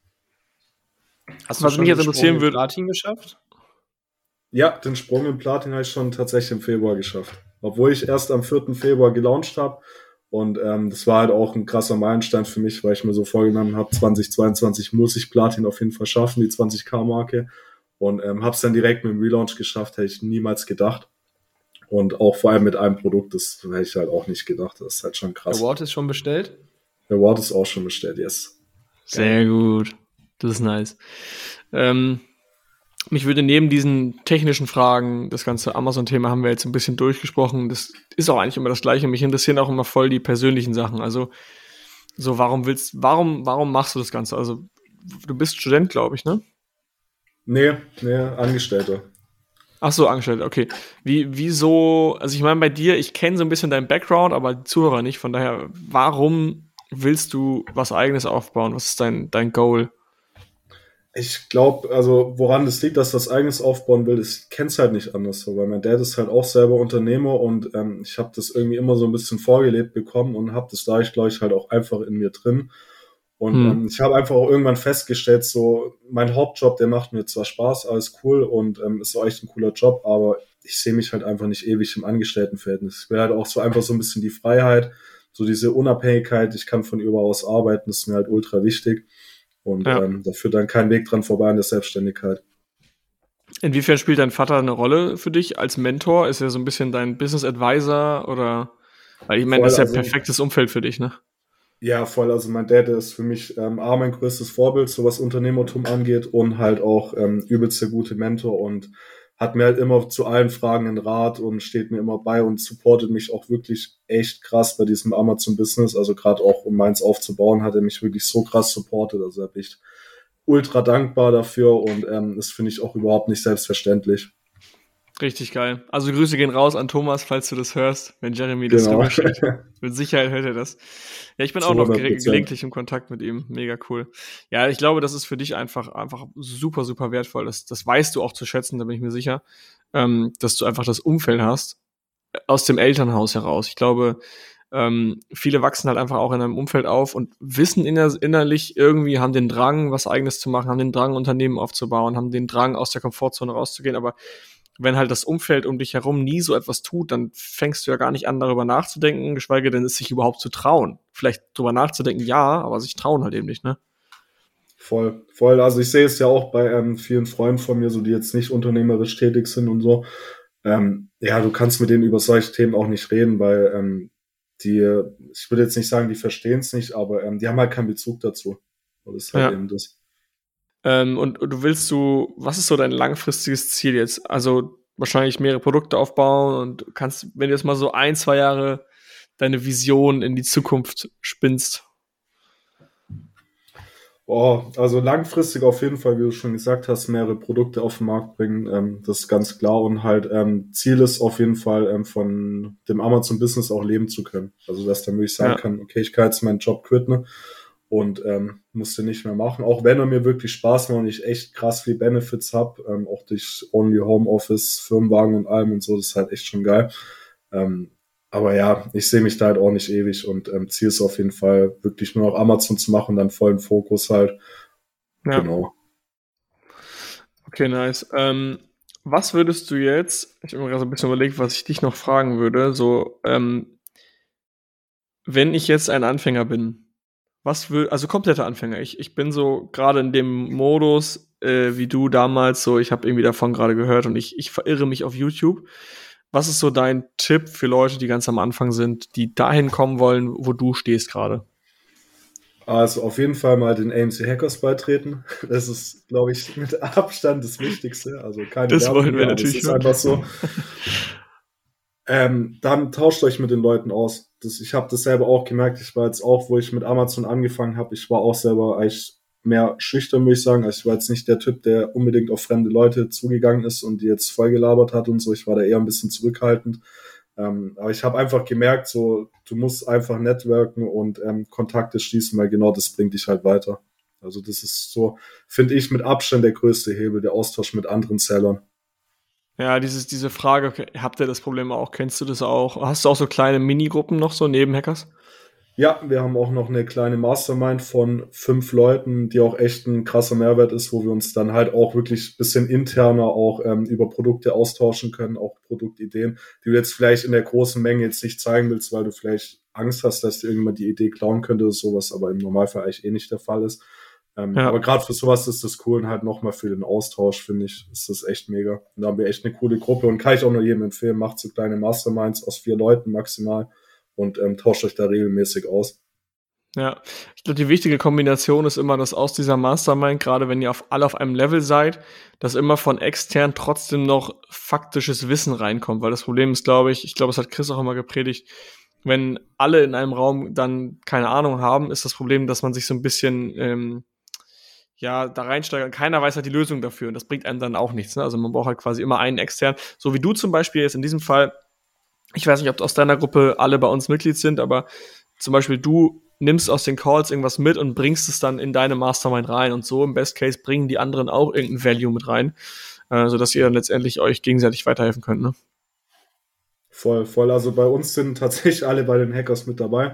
Hast du Was schon mich jetzt interessieren würde, Platin geschafft? Ja, den Sprung im Platin habe ich schon tatsächlich im Februar geschafft. Obwohl ich erst am vierten Februar gelauncht habe. Und ähm, das war halt auch ein krasser Meilenstein für mich, weil ich mir so vorgenommen habe, zwanzig zweiundzwanzig muss ich Platin auf jeden Fall schaffen, die zwanzig-K-Marke. Und ähm, habe es dann direkt mit dem Relaunch geschafft, hätte ich niemals gedacht. Und auch vor allem mit einem Produkt, das hätte ich halt auch nicht gedacht. Das ist halt schon krass. Der Award ist schon bestellt? Der Award ist auch schon bestellt, yes. Sehr ja. gut. Das ist nice. Ähm, mich würde neben diesen technischen Fragen, das ganze Amazon-Thema haben wir jetzt ein bisschen durchgesprochen. Das ist auch eigentlich immer das Gleiche. Mich interessieren auch immer voll die persönlichen Sachen. Also, so, warum willst, warum, warum machst du das Ganze? Also, du bist Student, glaube ich, ne? Nee, nee, Angestellter. Ach so, Angestellter, okay. Wie, wieso, also ich meine bei dir, ich kenne so ein bisschen deinen Background, aber die Zuhörer nicht, von daher, warum willst du was Eigenes aufbauen? Was ist dein, dein Goal? Ich glaube, also woran das liegt, dass das Eigenes aufbauen will, ich kenne es halt nicht anders so, weil mein Dad ist halt auch selber Unternehmer und ähm, ich habe das irgendwie immer so ein bisschen vorgelebt bekommen und habe das dadurch, glaube ich, halt auch einfach in mir drin. Und hm. ähm, ich habe einfach auch irgendwann festgestellt, so mein Hauptjob, der macht mir zwar Spaß, alles cool und ähm, ist auch echt ein cooler Job, aber ich sehe mich halt einfach nicht ewig im Angestelltenverhältnis. Ich will halt auch so einfach so ein bisschen die Freiheit, so diese Unabhängigkeit, ich kann von überall aus arbeiten, das ist mir halt ultra wichtig und ja. ähm, da führt dann kein Weg dran vorbei an der Selbstständigkeit. Inwiefern spielt dein Vater eine Rolle für dich als Mentor? Ist er so ein bisschen dein Business Advisor oder, weil ich meine, das ist ja ein also, perfektes Umfeld für dich, ne? Ja, voll. Also mein Dad ist für mich ähm, A, mein größtes Vorbild, so was Unternehmertum angeht und halt auch ähm, übelst der gute Mentor und hat mir halt immer zu allen Fragen einen Rat und steht mir immer bei und supportet mich auch wirklich echt krass bei diesem Amazon-Business. Also gerade auch, um meins aufzubauen, hat er mich wirklich so krass supportet. Also da bin ich ultra dankbar dafür und ähm, das finde ich auch überhaupt nicht selbstverständlich. Richtig geil. Also Grüße gehen raus an Thomas, falls du das hörst, wenn Jeremy das genau. drüber steht. Mit Sicherheit hört er das. Ja, ich bin auch noch ge- gelegentlich im Kontakt mit ihm. Mega cool. Ja, ich glaube, das ist für dich einfach einfach super, super wertvoll. Das, das weißt du auch zu schätzen, da bin ich mir sicher, ähm, dass du einfach das Umfeld hast aus dem Elternhaus heraus. Ich glaube, ähm, viele wachsen halt einfach auch in einem Umfeld auf und wissen inner- innerlich irgendwie, haben den Drang, was Eigenes zu machen, haben den Drang, Unternehmen aufzubauen, haben den Drang, aus der Komfortzone rauszugehen, aber wenn halt das Umfeld um dich herum nie so etwas tut, dann fängst du ja gar nicht an, darüber nachzudenken, geschweige denn es sich überhaupt zu trauen. vielleicht drüber nachzudenken, ja, aber sich trauen halt eben nicht, ne? Voll, voll. Also ich sehe es ja auch bei ähm, vielen Freunden von mir, so die jetzt nicht unternehmerisch tätig sind und so. Ähm, ja, du kannst mit denen über solche Themen auch nicht reden, weil ähm, die, ich würde jetzt nicht sagen, die verstehen es nicht, aber ähm, die haben halt keinen Bezug dazu. Das ist halt Ja. eben das. Ähm, und, und du willst du, was ist so dein langfristiges Ziel jetzt? Also wahrscheinlich mehrere Produkte aufbauen und kannst, wenn du jetzt mal so ein, zwei Jahre deine Vision in die Zukunft spinnst. Oh, also langfristig auf jeden Fall, wie du schon gesagt hast, mehrere Produkte auf den Markt bringen, ähm, das ist ganz klar. Und halt ähm, Ziel ist auf jeden Fall, ähm, von dem Amazon-Business auch leben zu können. Also dass dann wirklich sagen Ja. kann, okay, ich kann jetzt meinen Job quitten und ähm, musste nicht mehr machen. Auch wenn er mir wirklich Spaß macht und ich echt krass viel Benefits habe, ähm, auch durch Only Homeoffice, Firmenwagen und allem und so, das ist halt echt schon geil. Ähm, aber ja, ich sehe mich da halt auch nicht ewig und ähm, Ziel ist auf jeden Fall, wirklich nur noch Amazon zu machen, dann vollen Fokus halt. Ja. Genau. Okay, nice. Ähm, was würdest du jetzt, ich habe mir gerade so ein bisschen überlegt, was ich dich noch fragen würde, so, ähm, wenn ich jetzt ein Anfänger bin, was will, also kompletter Anfänger, ich, ich bin so gerade in dem Modus, äh, wie du damals, so, ich habe irgendwie davon gerade gehört und ich, ich verirre mich auf YouTube. Was ist so dein Tipp für Leute, die ganz am Anfang sind, die dahin kommen wollen, wo du stehst gerade? Also auf jeden Fall mal den A M C Hackers beitreten. Das ist, glaube ich, mit Abstand das Wichtigste. Also keine Das Werbung wollen wir mehr, aber natürlich es ist hören. einfach so. Ähm, dann tauscht euch mit den Leuten aus. Das, ich habe das selber auch gemerkt. Ich war jetzt auch, wo ich mit Amazon angefangen habe, ich war auch selber eigentlich mehr schüchtern, würde ich sagen. Also ich war jetzt nicht der Typ, der unbedingt auf fremde Leute zugegangen ist und die jetzt voll gelabert hat und so. Ich war da eher ein bisschen zurückhaltend. Ähm, aber ich habe einfach gemerkt, so du musst einfach networken und ähm, Kontakte schließen, weil genau das bringt dich halt weiter. Also das ist so, finde ich, mit Abstand der größte Hebel, der Austausch mit anderen Sellern. Ja, dieses, diese Frage, okay, habt ihr das Problem auch? Kennst du das auch? Hast du auch so kleine Minigruppen noch so neben Hackers? Ja, wir haben auch noch eine kleine Mastermind von fünf Leuten, die auch echt ein krasser Mehrwert ist, wo wir uns dann halt auch wirklich ein bisschen interner auch ähm, über Produkte austauschen können, auch Produktideen, die du jetzt vielleicht in der großen Menge jetzt nicht zeigen willst, weil du vielleicht Angst hast, dass dir irgendjemand die Idee klauen könnte oder sowas, aber im Normalfall eigentlich eh nicht der Fall ist. Ähm, Ja. Aber gerade für sowas ist das cool und halt nochmal für den Austausch, finde ich, ist das echt mega. Und da haben wir echt eine coole Gruppe und kann ich auch nur jedem empfehlen, macht so kleine Masterminds aus vier Leuten maximal und ähm, tauscht euch da regelmäßig aus. Ja, ich glaube, die wichtige Kombination ist immer, dass aus dieser Mastermind, gerade wenn ihr auf, alle auf einem Level seid, dass immer von extern trotzdem noch faktisches Wissen reinkommt. Weil das Problem ist, glaube ich, ich glaube, es hat Chris auch immer gepredigt, wenn alle in einem Raum dann keine Ahnung haben, ist das Problem, dass man sich so ein bisschen ähm, ja da reinsteigert. Keiner weiß halt die Lösung dafür und das bringt einem dann auch nichts. Ne? Also man braucht halt quasi immer einen extern. So wie du zum Beispiel jetzt in diesem Fall. Ich weiß nicht, ob aus deiner Gruppe alle bei uns Mitglied sind, aber zum Beispiel du nimmst aus den Calls irgendwas mit und bringst es dann in deine Mastermind rein und so im Best Case bringen die anderen auch irgendein Value mit rein, äh, sodass ihr dann letztendlich euch gegenseitig weiterhelfen könnt, ne? Voll, voll. Also bei uns sind tatsächlich alle bei den Hackers mit dabei.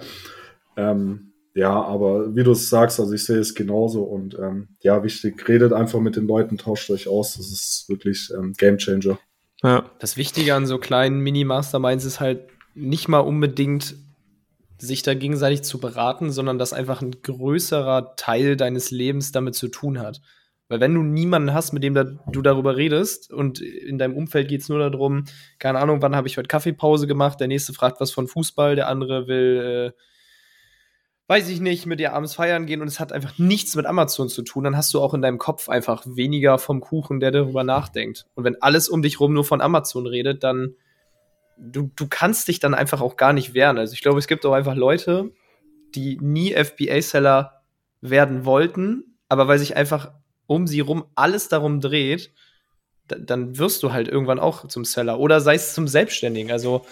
Ähm, ja, aber wie du es sagst, also ich sehe es genauso und ähm, ja, wichtig, redet einfach mit den Leuten, tauscht euch aus. Das ist wirklich ähm, Gamechanger. Ja. Das Wichtige an so kleinen Mini-Masterminds ist halt nicht mal unbedingt, sich da gegenseitig zu beraten, sondern dass einfach ein größerer Teil deines Lebens damit zu tun hat. Weil wenn du niemanden hast, mit dem da, du darüber redest und in deinem Umfeld geht es nur darum, keine Ahnung, wann habe ich heute Kaffeepause gemacht, der nächste fragt was von Fußball, der andere will, äh, weiß ich nicht, mit dir abends feiern gehen und es hat einfach nichts mit Amazon zu tun, dann hast du auch in deinem Kopf einfach weniger vom Kuchen, der darüber nachdenkt. Und wenn alles um dich rum nur von Amazon redet, dann Du, du kannst dich dann einfach auch gar nicht wehren. Also ich glaube, es gibt auch einfach Leute, die nie F B A-Seller werden wollten, aber weil sich einfach um sie rum alles darum dreht, da, dann wirst du halt irgendwann auch zum Seller oder sei es zum Selbstständigen. Also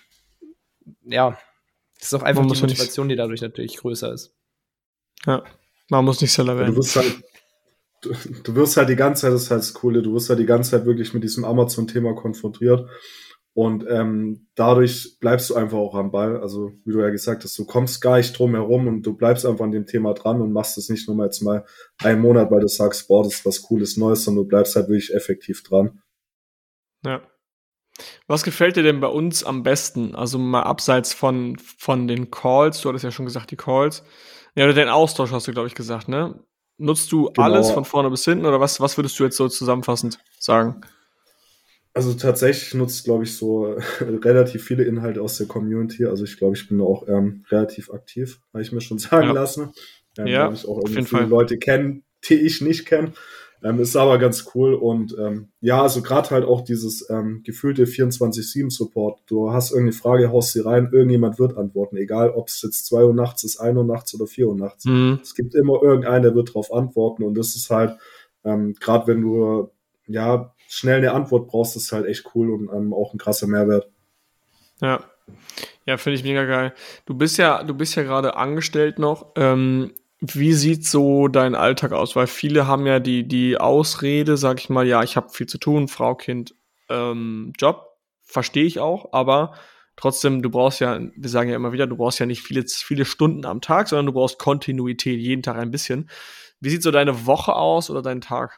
ja, das ist auch einfach Man die muss ja nicht- Motivation, die dadurch natürlich größer ist. Ja, man muss nicht Seller Du werden. wirst halt, du, du wirst halt die ganze Zeit, das ist halt das Coole, du wirst halt die ganze Zeit wirklich mit diesem Amazon-Thema konfrontiert. Und ähm, dadurch bleibst du einfach auch am Ball. Also wie du ja gesagt hast, du kommst gar nicht drum herum und du bleibst einfach an dem Thema dran und machst es nicht nur mal jetzt mal einen Monat, weil du sagst, boah, das ist was Cooles Neues, sondern du bleibst halt wirklich effektiv dran. Ja. Was gefällt dir denn bei uns am besten? Also mal abseits von, von den Calls, du hattest ja schon gesagt, die Calls. Ja, oder den Austausch hast du, glaube ich, gesagt, ne? Nutzt du Genau. alles von vorne bis hinten oder was, was würdest du jetzt so zusammenfassend sagen? Also tatsächlich nutzt, glaube ich, so relativ viele Inhalte aus der Community. Also ich glaube, ich bin da auch ähm, relativ aktiv, habe ich mir schon sagen Ja. lassen. Ähm, Ja, weil ich auch auf irgendwie jeden viele Fall. Leute kenne, die ich nicht kenne. Ähm, ist aber ganz cool. Und ähm, ja, also gerade halt auch dieses ähm, gefühlte vierundzwanzig sieben Support. Du hast irgendeine Frage, haust sie rein, irgendjemand wird antworten. Egal, ob es jetzt zwei Uhr nachts ist, ein Uhr nachts oder vier Uhr nachts. Mhm. Es gibt immer irgendeinen, der wird drauf antworten. Und das ist halt, ähm, gerade wenn du ja schnell eine Antwort brauchst, ist halt echt cool und ähm, auch ein krasser Mehrwert. Ja. Ja, finde ich mega geil. Du bist ja, du bist ja gerade angestellt noch. Ähm, wie sieht so dein Alltag aus? Weil viele haben ja die, die Ausrede, sag ich mal, ja, ich habe viel zu tun, Frau, Kind, ähm, Job. Verstehe ich auch, aber trotzdem, du brauchst ja, wir sagen ja immer wieder, du brauchst ja nicht viele, viele Stunden am Tag, sondern du brauchst Kontinuität, jeden Tag ein bisschen. Wie sieht so deine Woche aus oder dein Tag?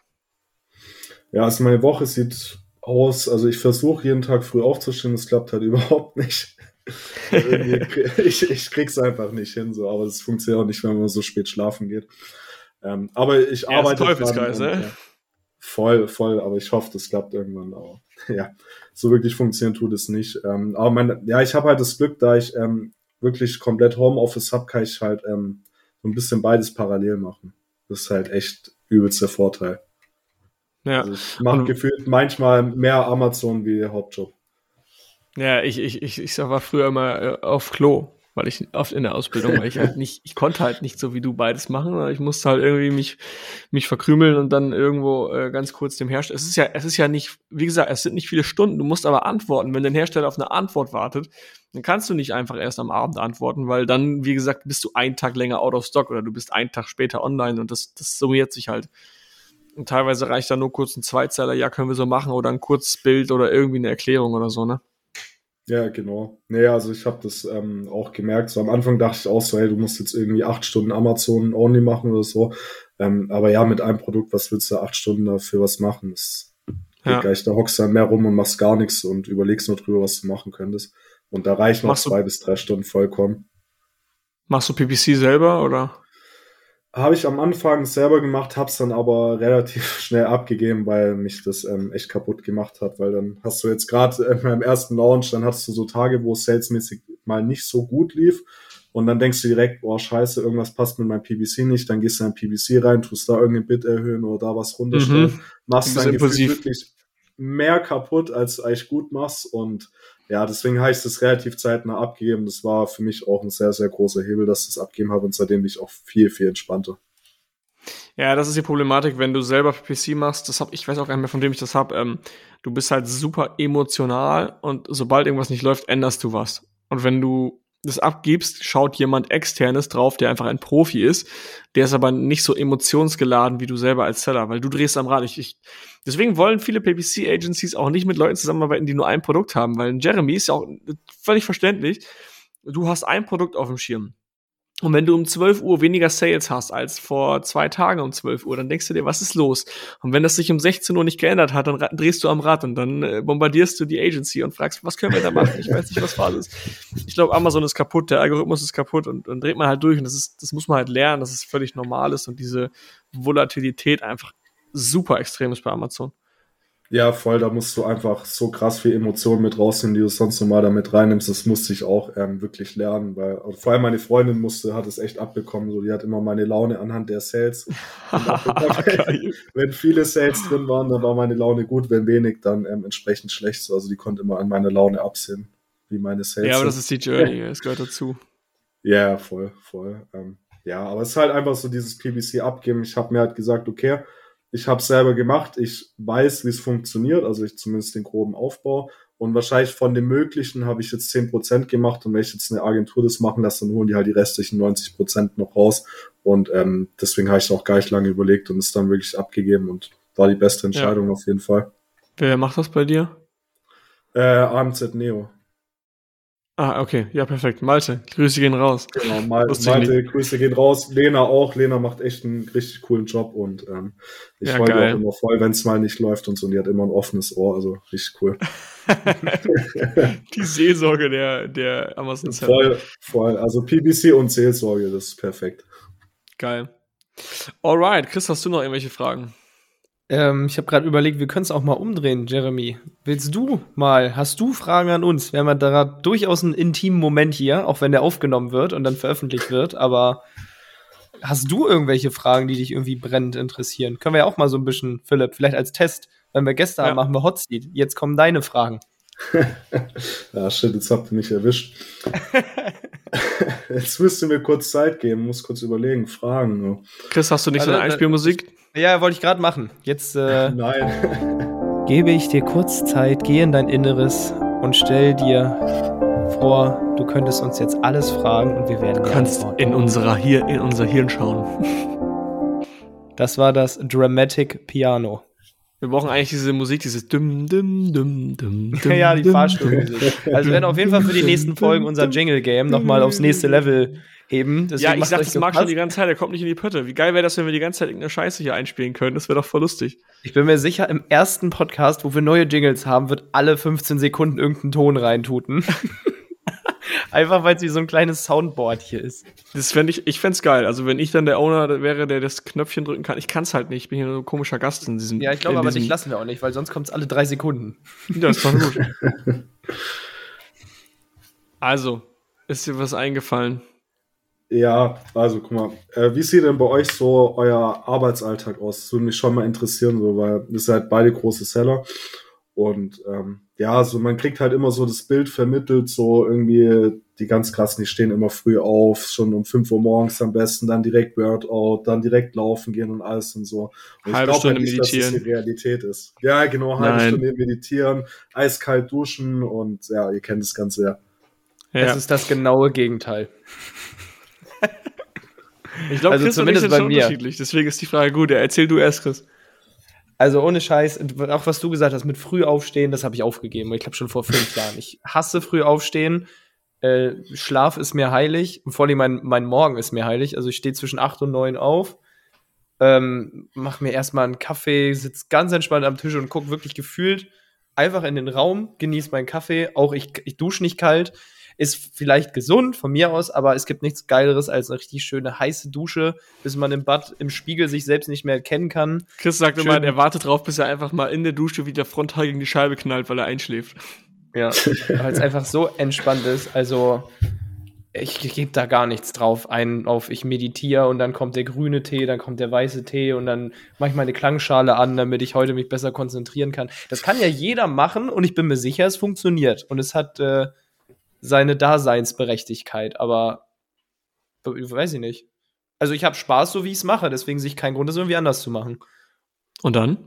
Ja, also meine Woche sieht aus, also ich versuche jeden Tag früh aufzustehen, das klappt halt überhaupt nicht. Irgendwie, ich, ich krieg's einfach nicht hin, so, aber es funktioniert auch nicht, wenn man so spät schlafen geht. Ähm, aber ich Ja, arbeite ist ein Teufelskreis, dran und, ne? ja, voll, voll, aber ich hoffe, das klappt irgendwann. Aber ja, so wirklich funktionieren tut es nicht. Ähm, aber mein, ja, ich habe halt das Glück, da ich ähm, wirklich komplett Homeoffice habe, kann ich halt ähm, so ein bisschen beides parallel machen. Das ist halt echt übelst der Vorteil. Ja. Also ich mache Und gefühlt manchmal mehr Amazon wie Hauptjob. ja, ich, ich, ich, ich war früher immer äh, auf Klo, weil ich oft in der Ausbildung, weil ich halt nicht, ich konnte halt nicht so wie du beides machen, sondern ich musste halt irgendwie mich, mich verkrümeln und dann irgendwo äh, ganz kurz dem Hersteller. Es ist ja, es ist ja nicht, wie gesagt, es sind nicht viele Stunden, du musst aber antworten. Wenn dein Hersteller auf eine Antwort wartet, dann kannst du nicht einfach erst am Abend antworten, weil dann, wie gesagt, bist du einen Tag länger out of stock oder du bist einen Tag später online und das, das summiert sich halt. Und teilweise reicht da nur kurz ein Zweizeiler, ja, können wir so machen, oder ein kurzes Bild oder irgendwie eine Erklärung oder so, ne? Ja, genau. Nee, also ich habe das ähm, auch gemerkt. So am Anfang dachte ich auch so, hey, du musst jetzt irgendwie acht Stunden Amazon only machen oder so. Ähm, aber ja, mit einem Produkt, was willst du acht Stunden dafür was machen? Das geht Ja. gleich. Da hockst du dann mehr rum und machst gar nichts und überlegst nur drüber, was du machen könntest. Und da reichen noch Machst du, zwei bis drei Stunden vollkommen. machst du P P C selber oder? Habe ich am Anfang selber gemacht, hab's dann aber relativ schnell abgegeben, weil mich das ähm, echt kaputt gemacht hat, weil dann hast du jetzt gerade äh, beim ersten Launch, dann hattest du so Tage, wo es salesmäßig mal nicht so gut lief und dann denkst du direkt, boah, scheiße, irgendwas passt mit meinem P B C nicht, dann gehst du in P B C rein, tust da irgendein Bit erhöhen oder da was runterstellen, Mhm. machst Du bist dann gefühlt impulsiv. wirklich mehr kaputt, als du eigentlich gut machst und ja, deswegen habe ich das relativ zeitnah abgegeben. Das war für mich auch ein sehr, sehr großer Hebel, dass ich das abgegeben habe und seitdem bin ich auch viel, viel entspannter. Ja, das ist die Problematik, wenn du selber P P C machst, das hab, ich weiß auch gar nicht mehr, von wem ich das hab, ähm, du bist halt super emotional und sobald irgendwas nicht läuft, änderst du was. Und wenn du das abgibst, schaut jemand Externes drauf, der einfach ein Profi ist, der ist aber nicht so emotionsgeladen wie du selber als Seller, weil du drehst am Rad. Ich, ich, deswegen wollen viele P P C-Agencies auch nicht mit Leuten zusammenarbeiten, die nur ein Produkt haben, weil ein Jeremy ist ja auch völlig verständlich, du hast ein Produkt auf dem Schirm. Und wenn du um zwölf Uhr weniger Sales hast als vor zwei Tagen um zwölf Uhr, dann denkst du dir, was ist los? Und wenn das sich um sechzehn Uhr nicht geändert hat, dann drehst du am Rad und dann äh, bombardierst du die Agency und fragst, was können wir da machen? Ich weiß nicht, was Phase ist. Ich glaube, Amazon ist kaputt, der Algorithmus ist kaputt und dann dreht man halt durch und das ist, das muss man halt lernen, dass es völlig normal ist und diese Volatilität einfach super extrem ist bei Amazon. Ja, voll, da musst du einfach so krass viel Emotionen mit rausnehmen, die du sonst normal damit reinnimmst. Das musste ich auch ähm, wirklich lernen, weil also vor allem meine Freundin musste, hat es echt abbekommen. So, die hat immer meine Laune anhand der Sales. Und wenn viele Sales drin waren, dann war meine Laune gut, wenn wenig, dann ähm, entsprechend schlecht. So, also die konnte immer an meiner Laune absehen, wie meine Sales. Ja, aber sind. das ist die Journey, es gehört dazu. Ja, voll, voll. Ähm, ja, aber es ist halt einfach so dieses P B C abgeben. Ich habe mir halt gesagt, okay, ich habe es selber gemacht, ich weiß, wie es funktioniert, also ich zumindest den groben Aufbau und wahrscheinlich von dem Möglichen habe ich jetzt zehn Prozent gemacht und wenn ich jetzt eine Agentur das machen lasse, dann holen die halt die restlichen neunzig Prozent noch raus und ähm, deswegen habe ich es auch gar nicht lange überlegt und es dann wirklich abgegeben und war die beste Entscheidung ja. Auf jeden Fall. Wer macht das bei dir? Äh, A M Z Neo. Ah, okay. Ja, perfekt. Malte, Grüße gehen raus. Genau, Mal, Malte, Grüße gehen raus. Lena auch. Lena macht echt einen richtig coolen Job und ähm, ich ja, freue mich auch immer voll, wenn es mal nicht läuft und so. Und die hat immer ein offenes Ohr, also richtig cool. Die Seelsorge der, der Amazon Seller. Voll, voll. Also P B C und Seelsorge, das ist perfekt. Geil. Alright, Chris, hast du noch irgendwelche Fragen? Ähm, ich habe gerade überlegt, wir können es auch mal umdrehen, Jeremy. Willst du mal, hast du Fragen an uns? Wir haben ja da durchaus einen intimen Moment hier, auch wenn der aufgenommen wird und dann veröffentlicht wird, aber hast du irgendwelche Fragen, die dich irgendwie brennend interessieren? Können wir ja auch mal so ein bisschen, Philipp, vielleicht als Test, wenn wir Gäste haben, ja. machen wir Hot Seat. Jetzt kommen deine Fragen. Ja, shit, jetzt habt ihr mich erwischt. Jetzt müsst ihr mir kurz Zeit geben, muss kurz überlegen, Fragen. So. Chris, hast du nicht also, so eine Einspielmusik? Ja, wollte ich gerade machen. Jetzt äh, Nein. gebe ich dir kurz Zeit, geh in dein Inneres und stell dir vor, du könntest uns jetzt alles fragen und wir werden Du kannst in, unserer hier, in unser Hirn schauen. Das war das Dramatic Piano. Wir brauchen eigentlich diese Musik, dieses dum dum dum dum dum. Ja, die Fahrstuhlmusik. Also wir werden auf jeden Fall für die nächsten Folgen unser Jingle-Game nochmal aufs nächste Level heben. Deswegen ja, ich sag, das mag schon die ganze Zeit, der kommt nicht in die Pötte. Wie geil wäre das, wenn wir die ganze Zeit irgendeine Scheiße hier einspielen können? Das wäre doch voll lustig. Ich bin mir sicher, im ersten Podcast, wo wir neue Jingles haben, wird alle fünfzehn Sekunden irgendeinen Ton reintuten. Einfach, weil es wie so ein kleines Soundboard hier ist. Das fänd ich, ich fänd's geil. Also, wenn ich dann der Owner wäre, der das Knöpfchen drücken kann. Ich kann's halt nicht. Ich bin hier nur ein komischer Gast in diesem. Ja, ich glaube aber dich lassen wir auch nicht, weil sonst kommt's alle drei Sekunden. Ja, ist doch gut. Also, ist dir was eingefallen? Ja, also guck mal, äh, wie sieht denn bei euch so euer Arbeitsalltag aus? Das würde mich schon mal interessieren, so, weil ihr seid beide große Seller. Und ähm, ja, so man kriegt halt immer so das Bild vermittelt, so irgendwie die ganz krassen, die stehen immer früh auf, schon um fünf Uhr morgens am besten, dann direkt Workout, dann direkt laufen gehen und alles und so. Und halbe ich Stunde halt nicht, meditieren. Dass das die Realität ist. Ja, genau, halbe Nein. Stunde meditieren, eiskalt duschen und ja, ihr kennt das Ganze ja. Ja. Das ist das genaue Gegenteil. Ich glaube, also Chris zumindest und ich sind bei schon mir. Unterschiedlich. Deswegen ist die Frage gut. Erzähl du erst, Chris. Also ohne Scheiß, auch was du gesagt hast, mit früh aufstehen, das habe ich aufgegeben. Ich glaube schon vor fünf Jahren. Ich hasse früh aufstehen. Äh, Schlaf ist mir heilig. Und vor allem mein, mein Morgen ist mir heilig. Also ich stehe zwischen acht und neun auf, ähm, mach mir erstmal einen Kaffee, sitz ganz entspannt am Tisch und guck wirklich gefühlt einfach in den Raum, genieß meinen Kaffee. Auch ich, ich dusche nicht kalt. Ist vielleicht gesund von mir aus, aber es gibt nichts Geileres als eine richtig schöne heiße Dusche, bis man im Bad im Spiegel sich selbst nicht mehr erkennen kann. Chris sagt Schön. immer, er wartet drauf, bis er einfach mal in der Dusche wieder frontal gegen die Scheibe knallt, weil er einschläft. Ja, weil es einfach so entspannt ist. Also ich, ich gebe da gar nichts drauf ein, auf ich meditiere und dann kommt der grüne Tee, dann kommt der weiße Tee und dann mache ich meine Klangschale an, damit ich heute mich besser konzentrieren kann. Das kann ja jeder machen und ich bin mir sicher, es funktioniert. Und es hat äh, seine Daseinsberechtigkeit, aber weiß ich nicht. Also ich habe Spaß, so wie ich es mache, deswegen sehe ich keinen Grund, das irgendwie anders zu machen. Und dann?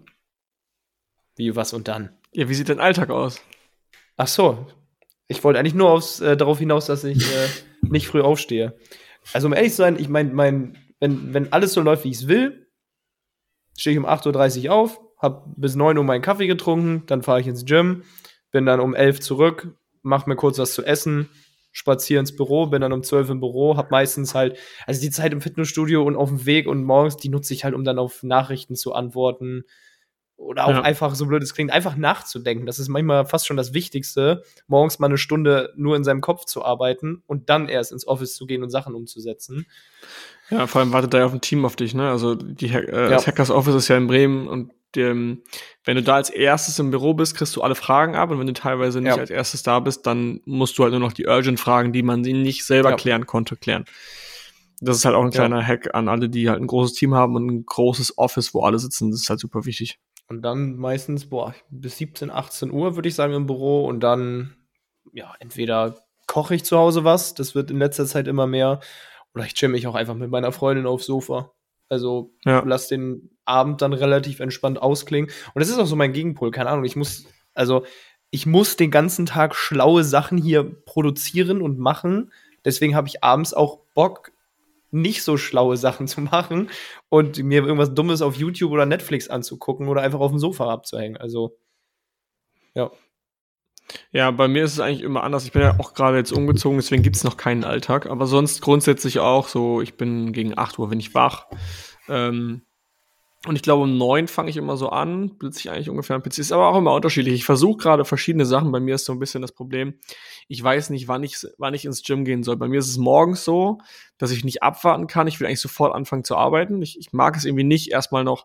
Wie, was und dann? Ja, wie sieht dein Alltag aus? Ach so, ich wollte eigentlich nur aufs, äh, darauf hinaus, dass ich äh, nicht früh aufstehe. Also um ehrlich zu sein, ich meine, mein, wenn, wenn alles so läuft, wie ich es will, stehe ich um acht Uhr dreißig auf, habe bis neun Uhr meinen Kaffee getrunken, dann fahre ich ins Gym, bin dann um elf zurück, mach mir kurz was zu essen, spaziere ins Büro, bin dann um zwölf im Büro, hab meistens halt, also die Zeit im Fitnessstudio und auf dem Weg und morgens, die nutze ich halt, um dann auf Nachrichten zu antworten oder auch ja. einfach, so blöd es klingt, einfach nachzudenken. Das ist manchmal fast schon das Wichtigste, morgens mal eine Stunde nur in seinem Kopf zu arbeiten und dann erst ins Office zu gehen und Sachen umzusetzen. Ja, vor allem wartet da ja auf ein Team auf dich, ne? Also die äh, ja. das Hackers Office ist ja in Bremen und dem, wenn du da als erstes im Büro bist, kriegst du alle Fragen ab und wenn du teilweise nicht ja. als erstes da bist, dann musst du halt nur noch die Urgent-Fragen, die man sie nicht selber ja. klären konnte, klären. Das ist halt auch ein kleiner ja. Hack an alle, die halt ein großes Team haben und ein großes Office, wo alle sitzen. Das ist halt super wichtig. Und dann meistens, boah, bis siebzehn, achtzehn Uhr, würde ich sagen, im Büro und dann, ja, entweder koche ich zu Hause was, das wird in letzter Zeit immer mehr, oder ich chill mich auch einfach mit meiner Freundin aufs Sofa. Also ja. lass den Abend dann relativ entspannt ausklingen. Und das ist auch so mein Gegenpol, keine Ahnung. Ich muss, also ich muss den ganzen Tag schlaue Sachen hier produzieren und machen. Deswegen habe ich abends auch Bock, nicht so schlaue Sachen zu machen und mir irgendwas Dummes auf YouTube oder Netflix anzugucken oder einfach auf dem Sofa abzuhängen. Also, ja. Ja, bei mir ist es eigentlich immer anders. Ich bin ja auch gerade jetzt umgezogen, deswegen gibt es noch keinen Alltag. Aber sonst grundsätzlich auch so, ich bin gegen acht Uhr, wenn ich wach. Ähm, und ich glaube, um neun fange ich immer so an, blitze ich eigentlich ungefähr am P C. Ist aber auch immer unterschiedlich. Ich versuche gerade verschiedene Sachen. Bei mir ist so ein bisschen das Problem, ich weiß nicht, wann ich, wann ich ins Gym gehen soll. Bei mir ist es morgens so, dass ich nicht abwarten kann. Ich will eigentlich sofort anfangen zu arbeiten. Ich, ich mag es irgendwie nicht, erstmal noch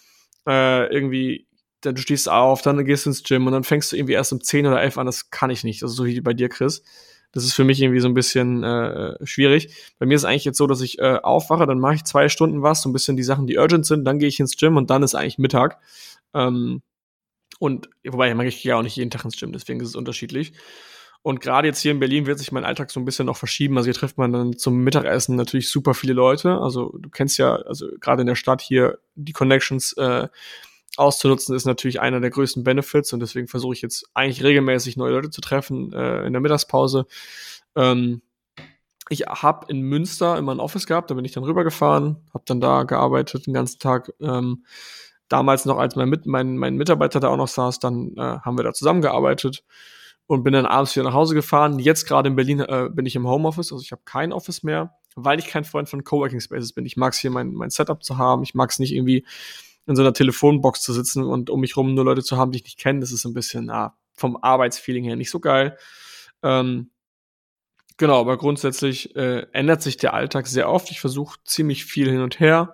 äh, irgendwie, dann du stehst auf, dann gehst du ins Gym und dann fängst du irgendwie erst um zehn oder elf an. Das kann ich nicht. Also so wie bei dir, Chris. Das ist für mich irgendwie so ein bisschen äh, schwierig. Bei mir ist es eigentlich jetzt so, dass ich äh, aufwache, dann mache ich zwei Stunden was, so ein bisschen die Sachen, die urgent sind, dann gehe ich ins Gym und dann ist eigentlich Mittag. Ähm, und wobei, ich gehe ja auch nicht jeden Tag ins Gym, deswegen ist es unterschiedlich. Und gerade jetzt hier in Berlin wird sich mein Alltag so ein bisschen noch verschieben. Also hier trifft man dann zum Mittagessen natürlich super viele Leute. Also du kennst ja, also gerade in der Stadt hier die Connections äh, auszunutzen, ist natürlich einer der größten Benefits und deswegen versuche ich jetzt eigentlich regelmäßig neue Leute zu treffen äh, in der Mittagspause. Ähm, ich habe in Münster immer ein Office gehabt, da bin ich dann rübergefahren, habe dann da gearbeitet den ganzen Tag. Ähm, damals noch, als mein, Mit- mein, mein Mitarbeiter da auch noch saß, dann äh, haben wir da zusammengearbeitet und bin dann abends wieder nach Hause gefahren. Jetzt gerade in Berlin äh, bin ich im Homeoffice, also ich habe kein Office mehr, weil ich kein Freund von Coworking Spaces bin. Ich mag es hier, mein, mein Setup zu haben, ich mag es nicht irgendwie in so einer Telefonbox zu sitzen und um mich rum nur Leute zu haben, die ich nicht kenne. Das ist ein bisschen, na, vom Arbeitsfeeling her nicht so geil. Ähm, genau, aber grundsätzlich äh, ändert sich der Alltag sehr oft. Ich versuche ziemlich viel hin und her.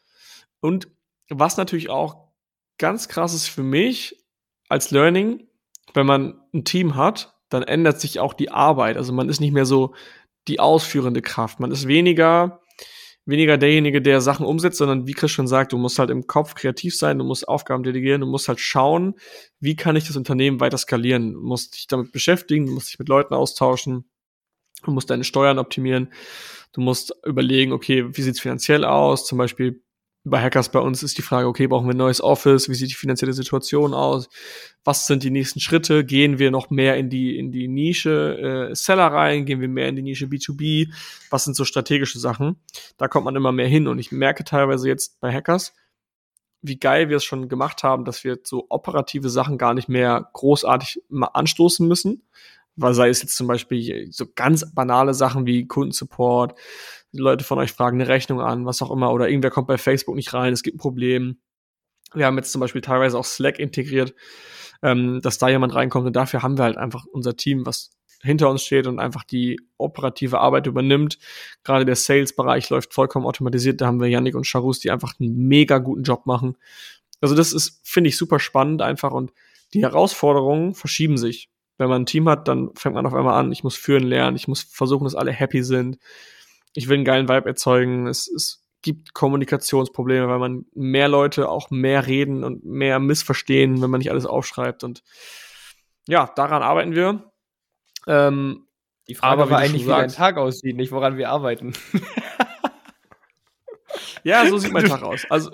Und was natürlich auch ganz krass ist für mich als Learning, wenn man ein Team hat, dann ändert sich auch die Arbeit. Also man ist nicht mehr so die ausführende Kraft. Man ist weniger weniger derjenige, der Sachen umsetzt, sondern wie Chris schon sagt, du musst halt im Kopf kreativ sein, du musst Aufgaben delegieren, du musst halt schauen, wie kann ich das Unternehmen weiter skalieren. Du musst dich damit beschäftigen, du musst dich mit Leuten austauschen, du musst deine Steuern optimieren, du musst überlegen, okay, wie sieht's finanziell aus? Zum Beispiel bei Hackers bei uns ist die Frage, okay, brauchen wir ein neues Office? Wie sieht die finanzielle Situation aus? Was sind die nächsten Schritte? Gehen wir noch mehr in die in die Nische äh, Seller rein? Gehen wir mehr in die Nische B zwei B? Was sind so strategische Sachen? Da kommt man immer mehr hin. Und ich merke teilweise jetzt bei Hackers, wie geil wir es schon gemacht haben, dass wir so operative Sachen gar nicht mehr großartig mal anstoßen müssen. Weil sei es jetzt zum Beispiel so ganz banale Sachen wie Kundensupport, die Leute von euch fragen eine Rechnung an, was auch immer, oder irgendwer kommt bei Facebook nicht rein, es gibt ein Problem. Wir haben jetzt zum Beispiel teilweise auch Slack integriert, ähm, dass da jemand reinkommt und dafür haben wir halt einfach unser Team, was hinter uns steht und einfach die operative Arbeit übernimmt. Gerade der Sales-Bereich läuft vollkommen automatisiert, da haben wir Yannick und Charus, die einfach einen mega guten Job machen. Also das ist, finde ich, super spannend einfach und die Herausforderungen verschieben sich. Wenn man ein Team hat, dann fängt man auf einmal an, ich muss führen lernen, ich muss versuchen, dass alle happy sind. Ich will einen geilen Vibe erzeugen. Es, es gibt Kommunikationsprobleme, weil man mehr Leute auch mehr reden und mehr missverstehen, wenn man nicht alles aufschreibt. Und ja, daran arbeiten wir. Ähm, Die Frage aber war eigentlich, wie dein Tag aussieht, nicht woran wir arbeiten. Ja, so sieht mein Tag aus. Also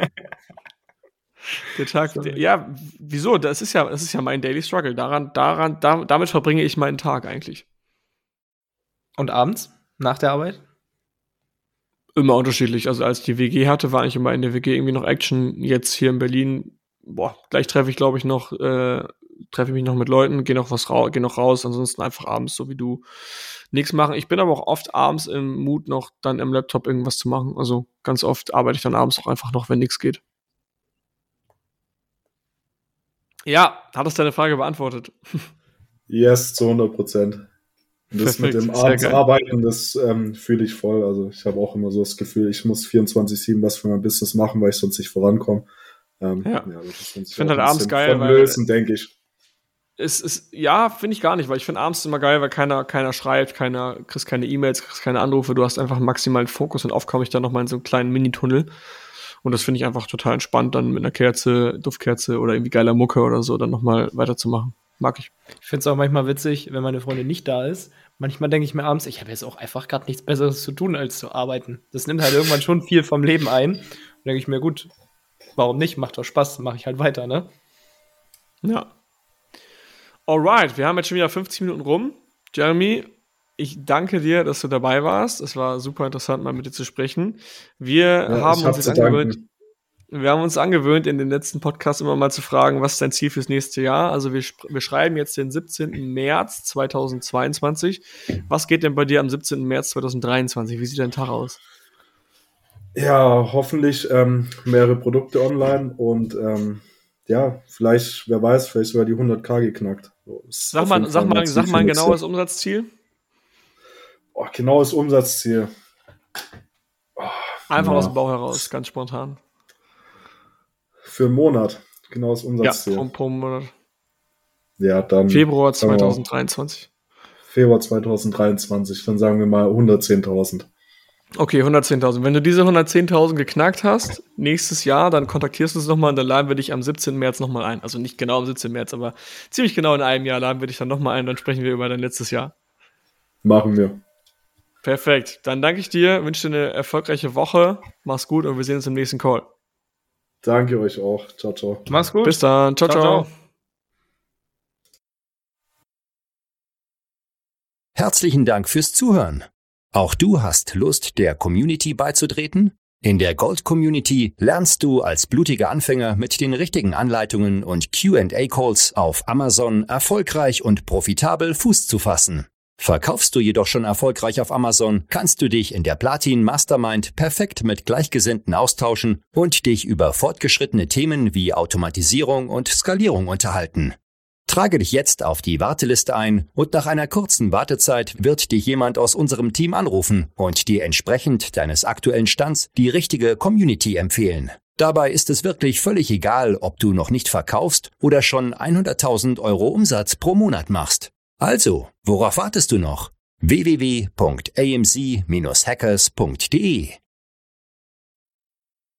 der Tag, der, ja, wieso? Das ist ja, das ist ja mein Daily Struggle. Daran, daran, da, damit verbringe ich meinen Tag eigentlich. Und abends? Nach der Arbeit? Immer unterschiedlich. Also als ich die W G hatte, war ich immer in der W G irgendwie noch Action. Jetzt hier in Berlin, boah, gleich treffe ich, glaube ich, noch, äh, treffe ich mich noch mit Leuten, gehe noch was raus, gehe noch raus, ansonsten einfach abends, so wie du, nichts machen. Ich bin aber auch oft abends im Mut, noch dann im Laptop irgendwas zu machen. Also ganz oft arbeite ich dann abends auch einfach noch, wenn nichts geht. Ja, hat das deine Frage beantwortet? Yes, zu hundert Prozent. Das Perfekt, mit dem abends arbeiten, das ähm, fühle ich voll. Also ich habe auch immer so das Gefühl, ich muss vierundzwanzig sieben was für mein Business machen, weil ich sonst nicht vorankomme. Ähm, ja. ja, das ich finde halt abends geil, weil lösen, denke ich. Es ist, ja, finde ich gar nicht, weil ich finde abends immer geil, weil keiner, keiner schreibt, keiner, kriegst keine E-Mails, kriegst keine Anrufe, du hast einfach einen maximalen Fokus und oft komme ich dann nochmal in so einen kleinen Mini-Tunnel. Und das finde ich einfach total entspannt, dann mit einer Kerze, Duftkerze oder irgendwie geiler Mucke oder so dann nochmal weiterzumachen. Mag ich. Ich finde es auch manchmal witzig, wenn meine Freundin nicht da ist. Manchmal denke ich mir abends, ich habe jetzt auch einfach gerade nichts Besseres zu tun, als zu arbeiten. Das nimmt halt irgendwann schon viel vom Leben ein. Und denke ich mir, gut, warum nicht? Macht doch Spaß, mache ich halt weiter, ne? Ja. Alright, wir haben jetzt schon wieder fünfzig Minuten rum. Jeremy, ich danke dir, dass du dabei warst. Es war super interessant, mal mit dir zu sprechen. Wir ja, haben uns jetzt angewöhnt. Wir haben uns angewöhnt, in den letzten Podcasts immer mal zu fragen, was ist dein Ziel fürs nächste Jahr? Also wir, wir schreiben jetzt den siebzehnten März zweitausendzweiundzwanzig. Was geht denn bei dir am siebzehnten März zweitausenddreiundzwanzig? Wie sieht dein Tag aus? Ja, hoffentlich ähm, mehrere Produkte online und ähm, ja, vielleicht, wer weiß, vielleicht sogar die hundert K geknackt. So, sag mal, sag mal, sag mal ein genaues Umsatzziel. Oh, genaues Umsatzziel. Oh, Einfach ja. aus dem Bauch heraus, ganz spontan. Für einen Monat, genaues Umsatzziel. Ja, pro, pro Monat. Ja, dann. Februar zweitausenddreiundzwanzig. Februar zweitausenddreiundzwanzig, dann sagen wir mal hundertzehntausend. Okay, hundertzehntausend. Wenn du diese hundertzehntausend geknackt hast, nächstes Jahr, dann kontaktierst du uns nochmal und dann laden wir dich am siebzehnten März nochmal ein. Also nicht genau am siebzehnten März, aber ziemlich genau in einem Jahr laden wir dich dann nochmal ein, dann sprechen wir über dein letztes Jahr. Machen wir. Perfekt. Dann danke ich dir, wünsche dir eine erfolgreiche Woche. Mach's gut und wir sehen uns im nächsten Call. Danke euch auch. Ciao, ciao. Mach's gut. Bis dann. Ciao, ciao. ciao. ciao. Herzlichen Dank fürs Zuhören. Auch du hast Lust, der Community beizutreten? In der Gold Community lernst du als blutiger Anfänger mit den richtigen Anleitungen und Q and A-Calls auf Amazon erfolgreich und profitabel Fuß zu fassen. Verkaufst du jedoch schon erfolgreich auf Amazon, kannst du dich in der Platin Mastermind perfekt mit Gleichgesinnten austauschen und dich über fortgeschrittene Themen wie Automatisierung und Skalierung unterhalten. Trage dich jetzt auf die Warteliste ein und nach einer kurzen Wartezeit wird dich jemand aus unserem Team anrufen und dir entsprechend deines aktuellen Stands die richtige Community empfehlen. Dabei ist es wirklich völlig egal, ob du noch nicht verkaufst oder schon hunderttausend Euro Umsatz pro Monat machst. Also, worauf wartest du noch? w w w punkt a m z dash hackers punkt d e